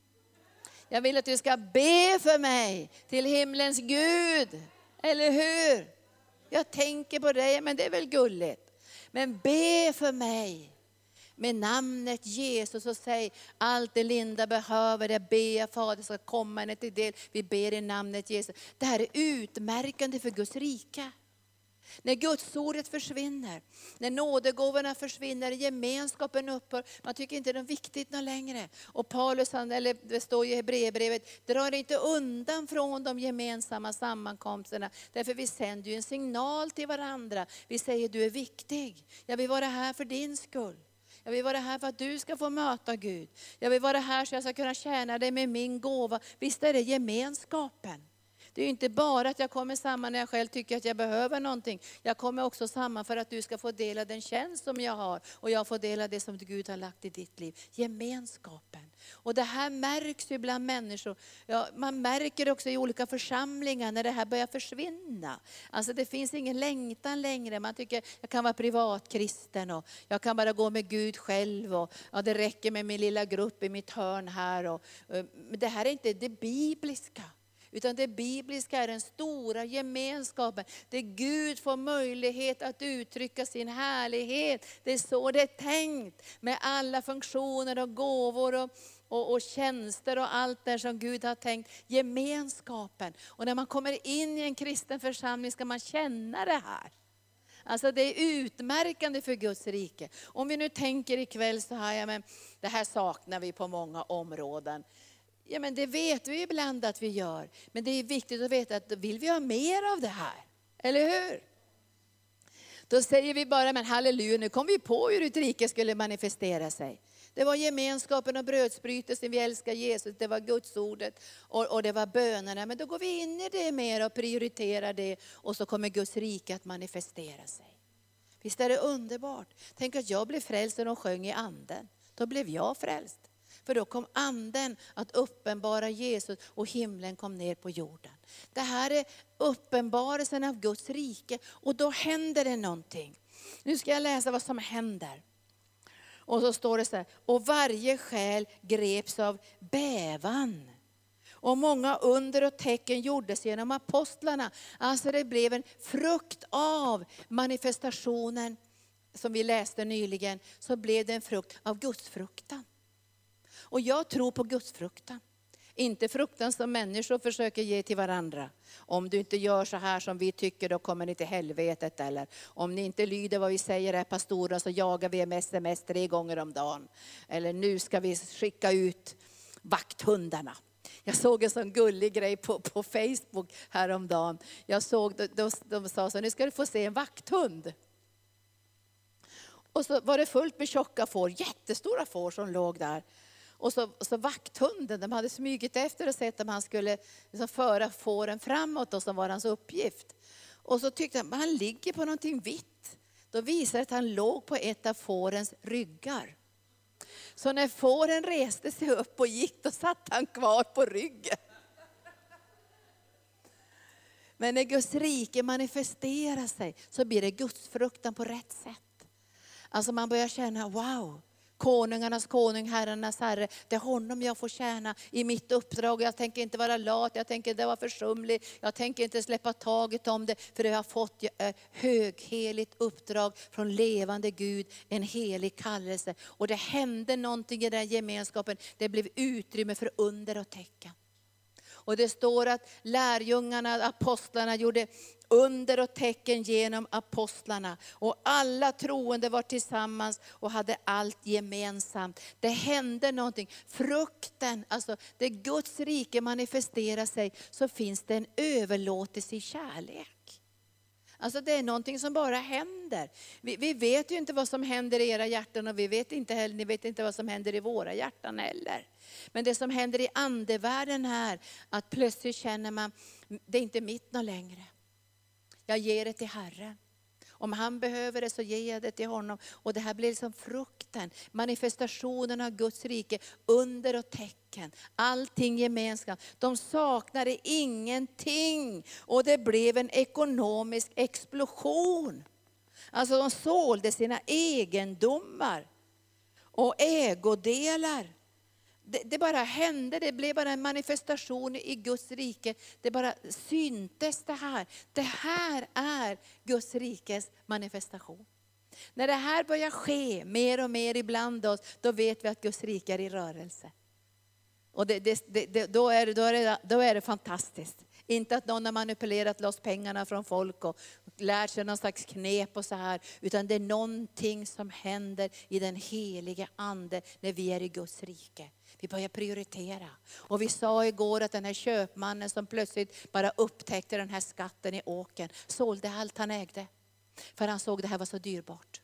Jag vill att du ska be för mig till himlens Gud. Eller hur? Jag tänker på dig, men det är väl gulligt. Men be för mig med namnet Jesus och säg allt det Linda behöver. Det ber jag Fader ska komma henne till del. Vi ber i namnet Jesus. Det här är utmärkande för Guds rike. När Guds ordet försvinner, när nådegåvorna försvinner, gemenskapen upphör, man tycker inte det är viktigt något längre. Och Paulus, han, eller det står i Hebreerbrevet, drar inte undan från de gemensamma sammankomsterna. Därför vi sänder ju en signal till varandra. Vi säger du är viktig, jag vill vara här för din skull. Jag vill vara här för att du ska få möta Gud. Jag vill vara här så jag ska kunna tjäna dig med min gåva. Visst är det gemenskapen. Det är ju inte bara att jag kommer samman när jag själv tycker att jag behöver någonting. Jag kommer också samman för att du ska få dela den tjänst som jag har. Och jag får dela det som Gud har lagt i ditt liv. Gemenskapen. Och det här märks ju bland människor. Ja, man märker också i olika församlingar när det här börjar försvinna. Alltså det finns ingen längtan längre. Man tycker jag kan vara privatkristen och jag kan bara gå med Gud själv. Och ja, det räcker med min lilla grupp i mitt hörn här. Och, men det här är inte det bibliska. Utan det bibliska är den stora gemenskapen. Där Gud får möjlighet att uttrycka sin härlighet. Det är så det är tänkt. Med alla funktioner och gåvor och, och, och tjänster och allt där som Gud har tänkt. Gemenskapen. Och när man kommer in i en kristen församling ska man känna det här. Alltså det är utmärkande för Guds rike. Om vi nu tänker ikväll så här, ja, men det här saknar vi på många områden. Ja, men det vet vi ibland att vi gör. Men det är viktigt att veta att vill vi ha mer av det här? Eller hur? Då säger vi bara, men halleluja, nu kom vi på hur ett rike skulle manifestera sig. Det var gemenskapen och brödsbrytelsen, vi älskar Jesus, det var Guds ordet och, och det var bönerna. Men då går vi in i det mer och prioriterar det och så kommer Guds rike att manifestera sig. Visst är det underbart? Tänk att jag blev frälst och sjöng i anden. Då blev jag frälst. För då kom anden att uppenbara Jesus och himlen kom ner på jorden. Det här är uppenbarelsen av Guds rike och då händer det någonting. Nu ska jag läsa vad som händer. Och så står det så här, och varje själ greps av bävan. Och många under och tecken gjordes genom apostlarna. Alltså det blev en frukt av manifestationen som vi läste nyligen. Så blev det en frukt av Guds fruktan. Och jag tror på Guds fruktan. Inte fruktan som människor försöker ge till varandra. Om du inte gör så här som vi tycker då kommer ni till helvetet. Eller om ni inte lyder vad vi säger är pastoren så jagar vi med sms tre gånger om dagen. Eller nu ska vi skicka ut vakthundarna. Jag såg en sån gullig grej på, på Facebook häromdagen. Jag såg, de, de sa så, nu ska du få se en vakthund. Och så var det fullt med tjocka får, jättestora får som låg där. Och så, så vakthunden, de hade smugit efter och sett om han skulle liksom föra fåren framåt och som var hans uppgift. Och så tyckte han, han ligger på någonting vitt. Då visade det att han låg på ett av fårens ryggar. Så när fåren reste sig upp och gick, då satt han kvar på ryggen. Men när Guds rike manifesterar sig så blir det Guds fruktan på rätt sätt. Alltså man börjar känna, wow, konungarnas konung, herrarnas herre. Det är honom jag får tjäna i mitt uppdrag. Jag tänker inte vara lat, jag tänker inte vara försumlig. Jag tänker inte släppa taget om det, för jag har fått ett högheligt uppdrag från levande Gud. En helig kallelse. Och det hände någonting i den gemenskapen. Det blev utrymme för under och tecken. Och det står att lärjungarna, apostlarna gjorde under och tecken genom apostlarna. Och alla troende var tillsammans och hade allt gemensamt. Det hände någonting. Frukten, alltså det Guds rike manifesterar sig, så finns det en överlåtelse i kärlek. Alltså det är någonting som bara händer. Vi, vi vet ju inte vad som händer i era hjärtan, och vi vet inte heller, ni vet inte vad som händer i våra hjärtan heller. Men det som händer i andevärlden här, att plötsligt känner man, det är inte mitt något längre. Jag ger det till Herren. Om han behöver det så ger jag det till honom. Och det här blir som frukten, manifestationen av Guds rike, under och tecken. Allting gemensamt. De saknade ingenting. Och det blev en ekonomisk explosion. Alltså de sålde sina egendomar och ägodelar. Det, det bara hände, det blev bara en manifestation i Guds rike. Det bara syntes det här. Det här är Guds rikes manifestation. När det här börjar ske mer och mer ibland oss, då vet vi att Guds rike är i rörelse. Och det, det, det, då, är det, då, är det, då är det fantastiskt. Inte att någon har manipulerat loss pengarna från folk och lärt sig någon slags knep och så här. Utan det är någonting som händer i den heliga ande när vi är i Guds rike. Vi börjar prioritera. Och vi sa igår att den här köpmannen som plötsligt bara upptäckte den här skatten i åkern, sålde allt han ägde. För han såg det här var så dyrbart.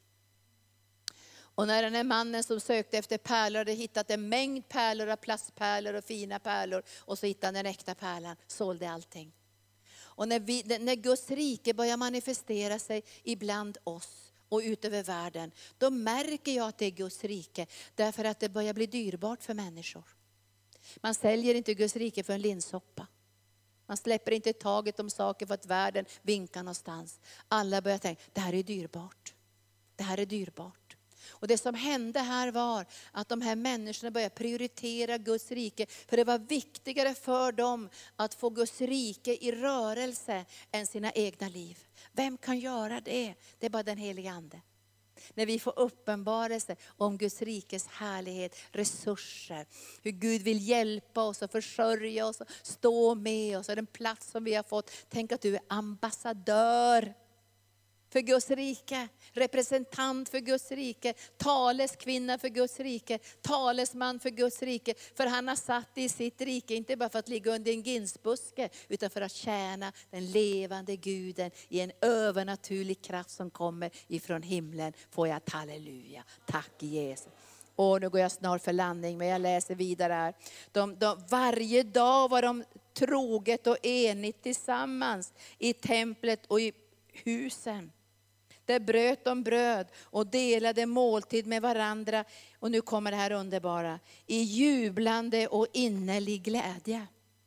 Och när den här mannen som sökte efter pärlor hade hittat en mängd pärlor och plastpärlor och fina pärlor, och så hittade han den äkta pärlan, sålde allting. Och när, vi, när Guds rike börjar manifestera sig ibland oss och ut över världen, då märker jag att det är Guds rike, därför att det börjar bli dyrbart för människor. Man säljer inte Guds rike för en linssoppa. Man släpper inte taget om saker för att världen vinkar någonstans. Alla börjar tänka, det här är dyrbart. Det här är dyrbart. Och det som hände här var att de här människorna började prioritera Guds rike. För det var viktigare för dem att få Guds rike i rörelse än sina egna liv. Vem kan göra det? Det är bara den heliga ande. När vi får uppenbarelse om Guds rikes härlighet, resurser. Hur Gud vill hjälpa oss och försörja oss och stå med oss. Och den plats som vi har fått. Tänk att du är ambassadör för Guds rike, representant för Guds rike, taleskvinna för Guds rike, talesman för Guds rike. För han har satt i sitt rike, inte bara för att ligga under en ginsbuske, utan för att tjäna den levande Guden i en övernaturlig kraft som kommer ifrån himlen. Får jag ett halleluja. Tack Jesus. Och nu går jag snart för landning, men jag läser vidare här. De, de, varje dag var de troget och enigt tillsammans i templet och i husen. Där bröt de bröd och delade måltid med varandra. Och nu kommer det här underbara. I jublande och innerlig glädje.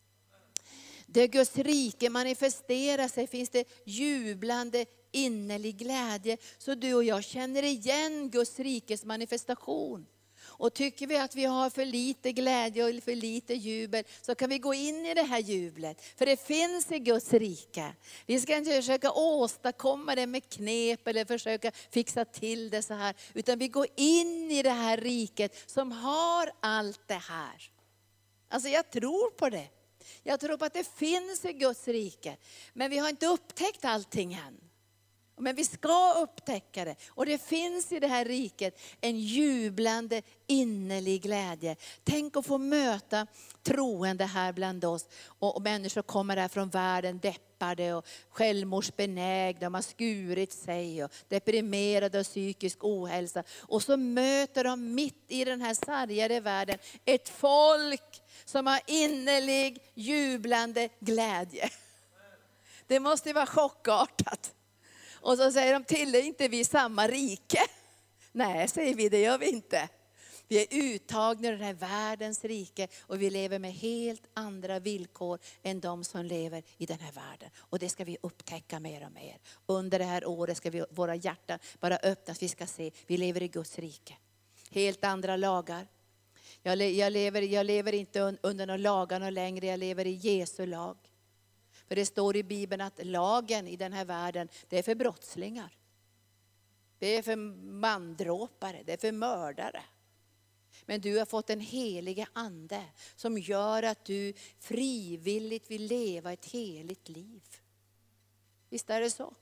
Där Guds rike manifesterar sig finns det jublande innerlig glädje. Så du och jag känner igen Guds rikes manifestation. Och tycker vi att vi har för lite glädje och för lite jubel, så kan vi gå in i det här jublet. För det finns i Guds rike. Vi ska inte försöka åstadkomma det med knep eller försöka fixa till det så här. Utan vi går in i det här riket som har allt det här. Alltså jag tror på det. Jag tror på att det finns i Guds rike. Men vi har inte upptäckt allting än. Men vi ska upptäcka det. Och det finns i det här riket en jublande innerlig glädje. Tänk att få möta troende här bland oss. Och, och människor kommer här från världen deppade och självmordsbenägna. De har skurit sig och deprimerade och psykisk ohälsa. Och så möter de mitt i den här sargade världen ett folk som har innerlig jublande glädje. Det måste vara chockartat. Och så säger de, till är inte vi samma rike? Nej, säger vi, det gör vi inte. Vi är uttagna i den här världens rike och vi lever med helt andra villkor än de som lever i den här världen. Och det ska vi upptäcka mer och mer. Under det här året ska vi, våra hjärtan bara öppnas, vi ska se, vi lever i Guds rike. helt andra lagar. Jag, le, jag, lever, jag lever inte un, under några lagar längre, jag lever i Jesu lag. För det står i Bibeln att lagen i den här världen, det är för brottslingar. Det är för mandråpare, det är för mördare. Men du har fått en helig ande som gör att du frivilligt vill leva ett heligt liv. Visst är det så?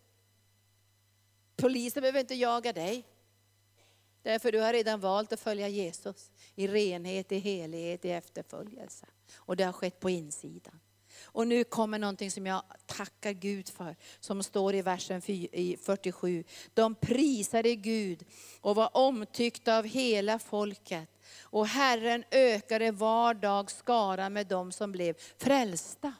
Polisen behöver inte jaga dig. Därför du har redan valt att följa Jesus i renhet, i helighet, i efterföljelse. Och det har skett på insidan. Och nu kommer någonting som jag tackar Gud för, som står i versen fyrtiosju. De prisade Gud och var omtyckta av hela folket. Och Herren ökade var dag skara med dem som blev frälsta.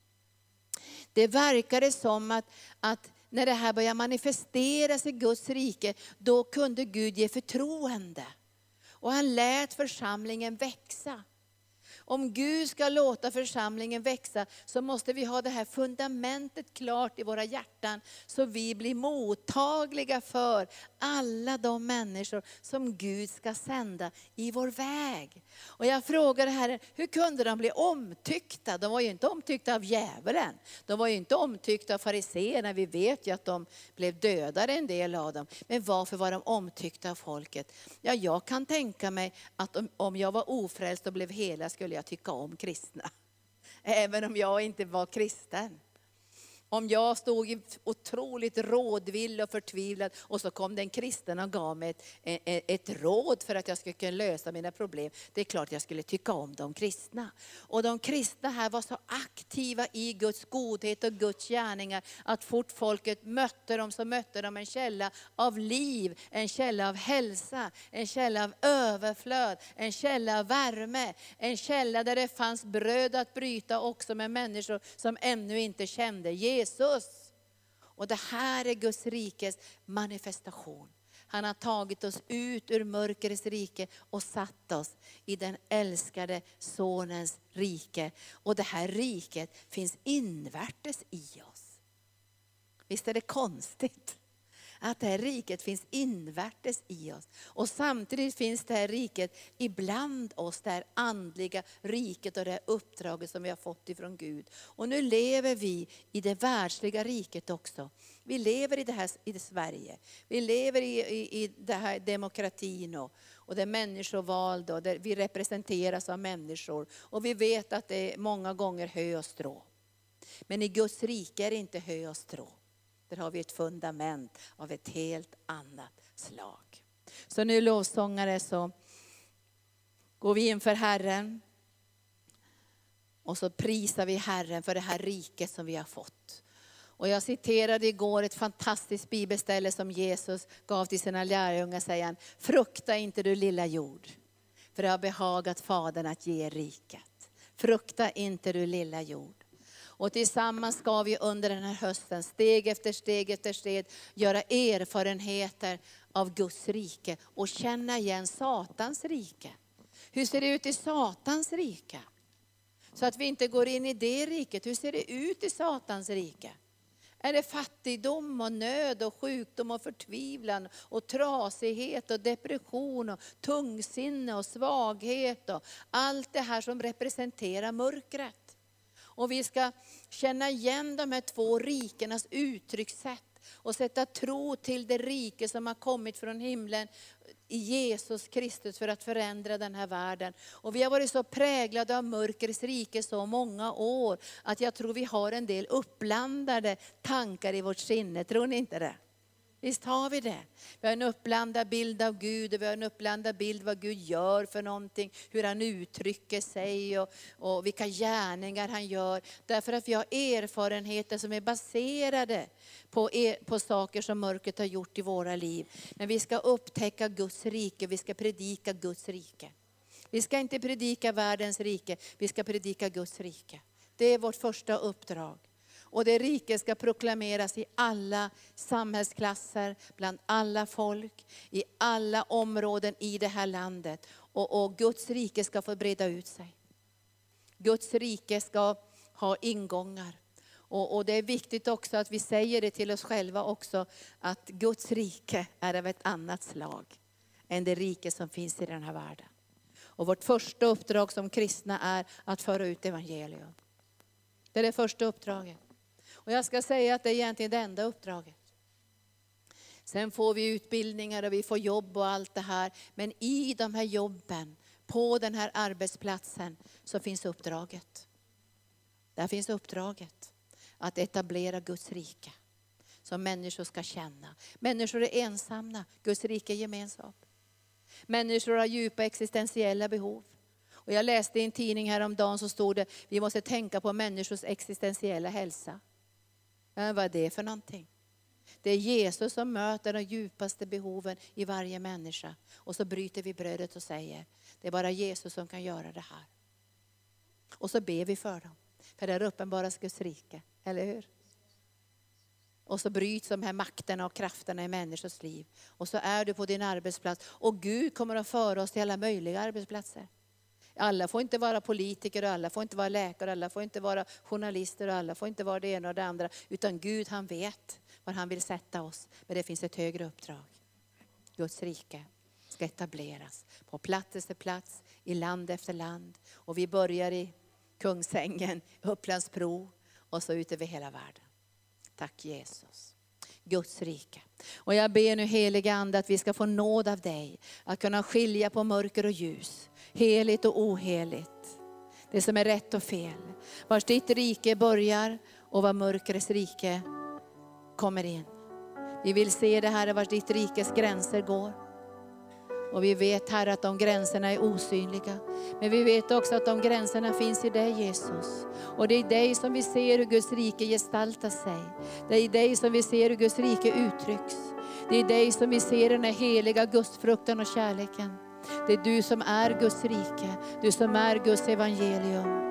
Det verkade som att, att när det här började manifesteras i Guds rike, då kunde Gud ge förtroende. Och han lät församlingen växa. Om Gud ska låta församlingen växa så måste vi ha det här fundamentet klart i våra hjärtan. Så vi blir mottagliga för alla de människor som Gud ska sända i vår väg. Och jag frågade Herren, hur kunde de bli omtyckta? De var ju inte omtyckta av djävulen. De var ju inte omtyckta av fariseerna. Vi vet ju att de blev dödade, en del av dem. Men varför var de omtyckta av folket? Ja, jag kan tänka mig att om, om jag var ofrälst och blev hela skulle jag tycka om kristna. Även om jag inte var kristen. Om jag stod otroligt rådvill och förtvivlad och så kom den kristen och gav mig ett, ett, ett råd för att jag skulle kunna lösa mina problem. Det är klart jag skulle tycka om de kristna. Och de kristna här var så aktiva i Guds godhet och Guds gärningar att fort folket mötte dem så mötte de en källa av liv, en källa av hälsa, en källa av överflöd, en källa av värme, en källa där det fanns bröd att bryta också med människor som ännu inte kände Jesus. Jesus. Och det här är Guds rikes manifestation. Han har tagit oss ut ur mörkrets rike och satt oss i den älskade sonens rike. Och det här riket finns invärtes i oss. Visst är det konstigt? Att det här riket finns invärtes i oss. Och samtidigt finns det här riket ibland oss. Det här andliga riket och det här uppdraget som vi har fått ifrån Gud. Och nu lever vi i det världsliga riket också. Vi lever i det här i det Sverige. Vi lever i, i, i det här demokratin och, och det är människoval då, där vi representeras av människor. Och vi vet att det är många gånger hö och strå. Men i Guds rike är det inte hö och strå. Där har vi ett fundament av ett helt annat slag. Så nu lovsångare så går vi inför Herren. Och så prisar vi Herren för det här riket som vi har fått. Och jag citerade igår ett fantastiskt bibelställe som Jesus gav till sina lärjungar. Säger han, frukta inte du lilla jord. För det har behagat Fadern att ge riket. Frukta inte du lilla jord. Och tillsammans ska vi under den här hösten steg efter steg efter steg göra erfarenheter av Guds rike och känna igen Satans rike. Hur ser det ut i Satans rike? Så att vi inte går in i det riket. Hur ser det ut i Satans rike? Är det fattigdom och nöd och sjukdom och förtvivlan och trasighet och depression och tungsinne och svaghet och allt det här som representerar mörkret? Och vi ska känna igen de här två rikernas uttryckssätt och sätta tro till det rike som har kommit från himlen i Jesus Kristus för att förändra den här världen. Och vi har varit så präglade av mörkrets rike så många år att jag tror vi har en del uppblandade tankar i vårt sinne. Tror ni inte det? Visst har vi det. Vi har en uppblandad bild av Gud och vi har en uppblandad bild vad Gud gör för någonting. Hur han uttrycker sig och, och vilka gärningar han gör. Därför att vi har erfarenheter som är baserade på, er, på saker som mörkret har gjort i våra liv. Men vi ska upptäcka Guds rike, vi ska predika Guds rike. Vi ska inte predika världens rike, vi ska predika Guds rike. Det är vårt första uppdrag. Och det riket ska proklameras i alla samhällsklasser, bland alla folk, i alla områden i det här landet. Och, och Guds rike ska få breda ut sig. Guds rike ska ha ingångar. Och, och det är viktigt också att vi säger det till oss själva också, att Guds rike är av ett annat slag än det rike som finns i den här världen. Och vårt första uppdrag som kristna är att föra ut evangelium. Det är det första uppdraget. Och jag ska säga att det är egentligen det enda uppdraget. Sen får vi utbildningar och vi får jobb och allt det här. Men i de här jobben, på den här arbetsplatsen, så finns uppdraget. Där finns uppdraget att etablera Guds rike. Som människor ska känna. Människor är ensamma, Guds rike är gemenskap. Människor har djupa existentiella behov. Och jag läste i en tidning häromdagen så stod det, vi måste tänka på människors existentiella hälsa. Men vad är det för någonting? Det är Jesus som möter de djupaste behoven i varje människa. Och så bryter vi brödet och säger, det är bara Jesus som kan göra det här. Och så ber vi för dem. För där uppenbaras Guds rike, eller hur? Och så bryts de här makterna och krafterna i människors liv. Och så är du på din arbetsplats. Och Gud kommer att föra oss till alla möjliga arbetsplatser. Alla får inte vara politiker och alla får inte vara läkare. Alla får inte vara journalister och alla får inte vara det ena och det andra. Utan Gud, han vet var han vill sätta oss. Men det finns ett högre uppdrag. Guds rike ska etableras på plats efter plats, i land efter land. Och vi börjar i Kungsängen, Upplandsbro och så ut över hela världen. Tack Jesus. Guds rike. Och jag ber nu heliga ande att vi ska få nåd av dig. Att kunna skilja på mörker och ljus. Heligt och oheligt. Det som är rätt och fel. Vars ditt rike börjar och var mörkrets rike kommer in. Vi vill se det här vars ditt rikes gränser går. Och vi vet här att de gränserna är osynliga. Men vi vet också att de gränserna finns i dig Jesus. Och det är i dig som vi ser hur Guds rike gestaltar sig. Det är i dig som vi ser hur Guds rike uttrycks. Det är i dig som vi ser den här heliga gudsfrukten och kärleken. Det är du som är Guds rike. Du som är Guds evangelium.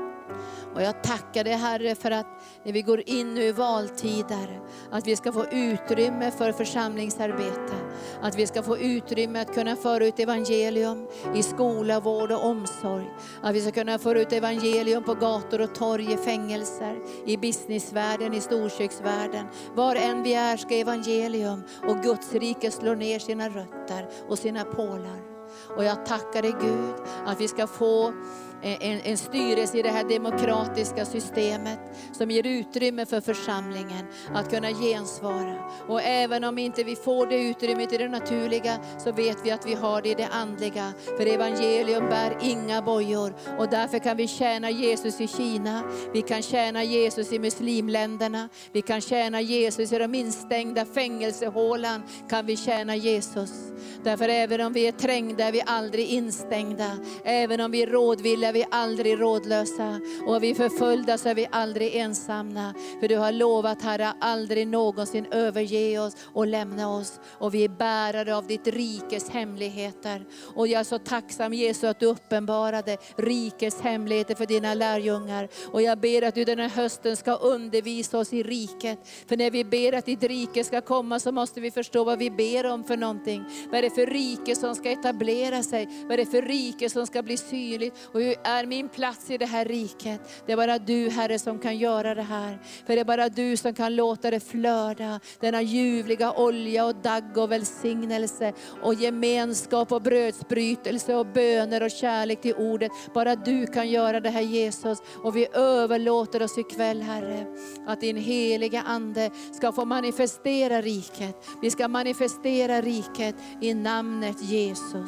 Och jag tackar dig Herre för att när vi går in nu i valtider, att vi ska få utrymme för församlingsarbete. Att vi ska få utrymme att kunna föra ut evangelium i skola, vård och omsorg. Att vi ska kunna föra ut evangelium på gator och torg, i fängelser, i businessvärlden, i storköksvärlden. Var än vi är ska evangelium och Guds rike slår ner sina rötter och sina pålar. Och jag tackar dig Gud att vi ska få En, en styrelse i det här demokratiska systemet som ger utrymme för församlingen att kunna gensvara. Och även om inte vi får det utrymmet i det naturliga, så vet vi att vi har det i det andliga. För evangelium bär inga bojor. Och därför kan vi tjäna Jesus i Kina. Vi kan tjäna Jesus i muslimländerna. Vi kan tjäna Jesus i de instängda fängelsehålan. Kan vi tjäna Jesus. Därför även om vi är trängda är vi aldrig instängda. Även om vi är rådvilliga är vi aldrig rådlösa. Och är vi förföljda så är vi aldrig ensamma. För du har lovat Herre aldrig någonsin överge oss och lämna oss. Och vi är bärare av ditt rikes hemligheter. Och jag är så tacksam Jesus att du uppenbarade rikes hemligheter för dina lärjungar. Och jag ber att du den här hösten ska undervisa oss i riket. För när vi ber att ditt rike ska komma så måste vi förstå vad vi ber om för någonting. Vad är det för rike som ska etablera sig? Vad är det för rike som ska bli synligt? Och hur är min plats i det här riket? Det är bara du Herre som kan göra det här. För det är bara du som kan låta det flöda. Denna ljuvliga olja och dagg och välsignelse. Och gemenskap och brödsbrytelse och böner och kärlek till ordet. Bara du kan göra det här Jesus. Och vi överlåter oss ikväll Herre. Att din heliga ande ska få manifestera riket. Vi ska manifestera riket i namnet Jesus.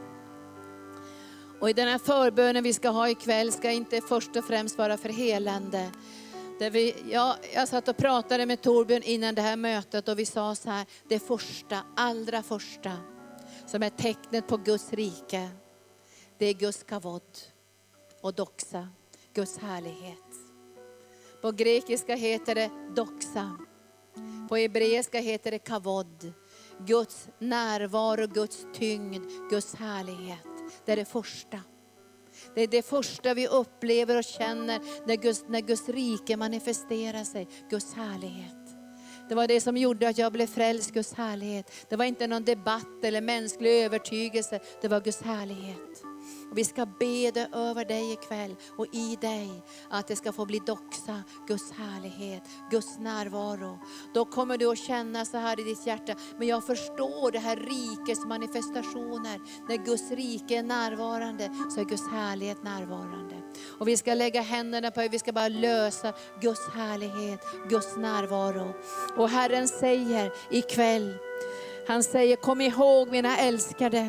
Och i den här förbönen vi ska ha ikväll ska inte först och främst vara för helande. Där vi, ja, jag satt och pratade med Torbjörn innan det här mötet och vi sa så här, det första, allra första som är tecknet på Guds rike, det är Guds kavod och doxa, Guds härlighet. På grekiska heter det doxa, på hebreiska heter det kavod, Guds närvaro, Guds tyngd, Guds härlighet. Det är det första. Det är det första vi upplever och känner när Guds, när Guds rike manifesterar sig. Guds härlighet. Det var det som gjorde att jag blev frälst, Guds härlighet. Det var inte någon debatt eller mänsklig övertygelse. Det var Guds härlighet. Och vi ska be det över dig ikväll och i dig. Att det ska få bli doxa, Guds härlighet, Guds närvaro. Då kommer du att känna så här i ditt hjärta. Men jag förstår det här rikets manifestationer. När Guds rike är närvarande så är Guds härlighet närvarande. Och vi ska lägga händerna på er, vi ska bara lösa Guds härlighet, Guds närvaro. Och Herren säger ikväll, han säger, kom ihåg mina älskade,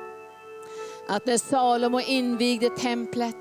att när Salomo invigde templet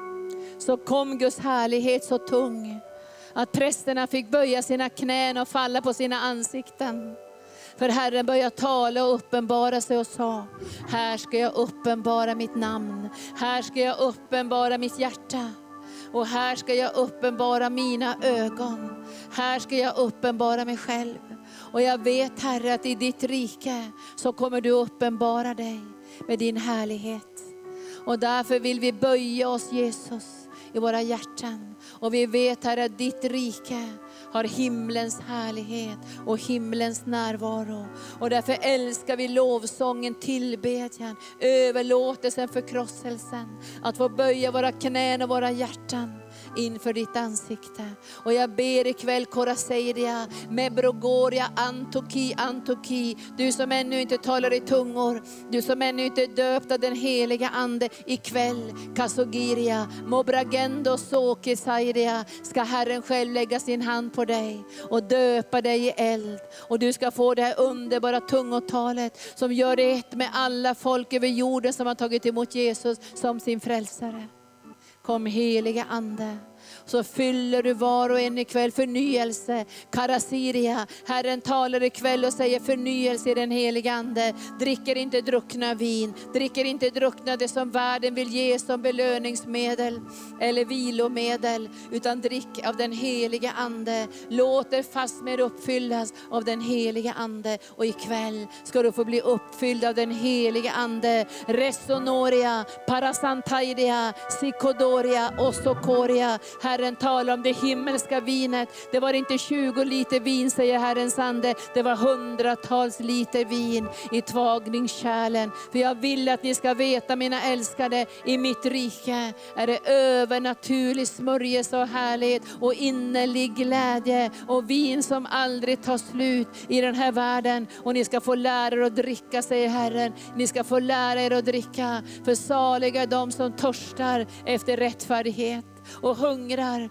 så kom Guds härlighet så tung att prästerna fick böja sina knän och falla på sina ansikten. För Herren började tala och uppenbara sig och sa, här ska jag uppenbara mitt namn, här ska jag uppenbara mitt hjärta. Och här ska jag uppenbara mina ögon. Här ska jag uppenbara mig själv. Och jag vet, Herre, att i ditt rike så kommer du uppenbara dig med din härlighet. Och därför vill vi böja oss, Jesus, i våra hjärtan. Och vi vet, Herre, att ditt rike har himlens härlighet och himlens närvaro. Och därför älskar vi lovsången, tillbedjan, överlåtelsen, förkrosselsen. Att få böja våra knän och våra hjärtan inför ditt ansikte. Och jag ber ikväll, Koraseidia, Mebrogoria, Antoki, Antoki. Du som ännu inte talar i tungor, du som ännu inte är döpt av den heliga ande, ikväll, Kasogiria, Mobragendo, Soke, Saidia, ska Herren själv lägga sin hand på dig och döpa dig i eld. Och du ska få det här underbara tungotalet som gör det ett med alla folk över jorden som har tagit emot Jesus som sin frälsare. Kom heliga ande, så fyller du var och en ikväll förnyelse. Karasiria, Herren talar ikväll och säger förnyelse i den heliga ande. Dricker inte druckna vin, dricker inte druckna det som världen vill ge som belöningsmedel eller vilomedel, utan drick av den heliga ande. Låt det fast med uppfyllas av den heliga ande. Och ikväll ska du få bli uppfylld av den heliga ande. Resonoria, Parasantaidia, Sikodoria, Osokoria. Herren talar om det himmelska vinet. Det var inte tjugo liter vin, säger Herrens ande. Det var hundratals liter vin i tvagningskärlen. För jag vill att ni ska veta, mina älskade, i mitt rike är det övernaturlig smörjelse och härlighet och innerlig glädje och vin som aldrig tar slut i den här världen. Och ni ska få lära er att dricka, säger Herren. Ni ska få lära er att dricka. För saliga är de som törstar efter rättfärdighet och hungrar,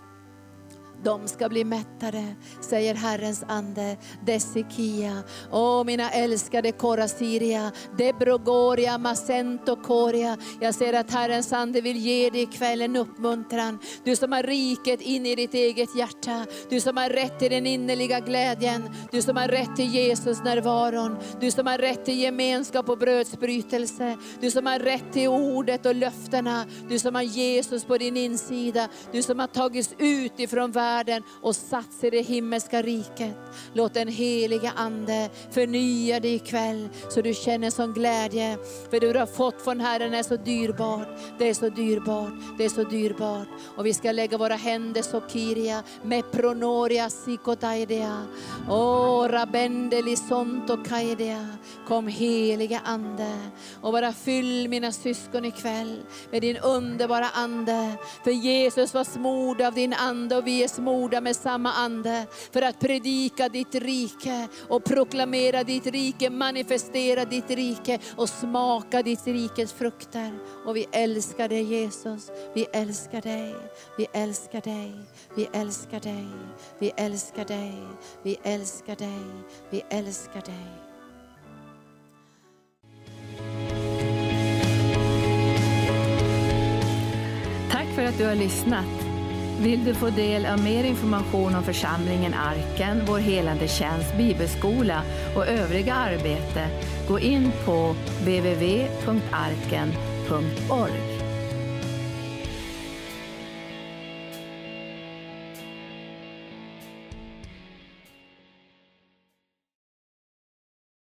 de ska bli mättade, säger Herrens ande. Desikia, åh mina älskade Korasiria, Debrogoria, Masento Koria. Jag ser att Herrens ande vill ge dig ikväll en uppmuntran. Du som har riket in i ditt eget hjärta, du som har rätt till den innerliga glädjen, du som har rätt till Jesus närvaron, du som har rätt till gemenskap och brödsbrytelse, du som har rätt till ordet och löftena, du som har Jesus på din insida, du som har tagits ut ifrån världen och satts i det himmelska riket. Låt den heliga ande förnya dig ikväll så du känner sån glädje. För det du har fått från Herren är så dyrbart. Det är så dyrbart. Det är så dyrbart. Och vi ska lägga våra händer så kiria med pronoria sikotaidia. Åh, rabendeli sonto kaidia. Kom heliga ande och bara fyll mina syskon ikväll med din underbara ande. För Jesus var smord av din ande och vi är smorda med samma ande för att predika ditt rike och proklamera ditt rike, manifestera ditt rike och smaka ditt rikes frukter. Och vi älskar dig, Jesus. Vi älskar dig. Vi älskar dig. Vi älskar dig. Vi älskar dig. Vi älskar dig. Vi älskar dig. Tack för att du har lyssnat. Vill du få del av mer information om församlingen Arken, vår helande tjänst, bibelskola och övriga arbete, gå in på w w w punkt arken punkt org.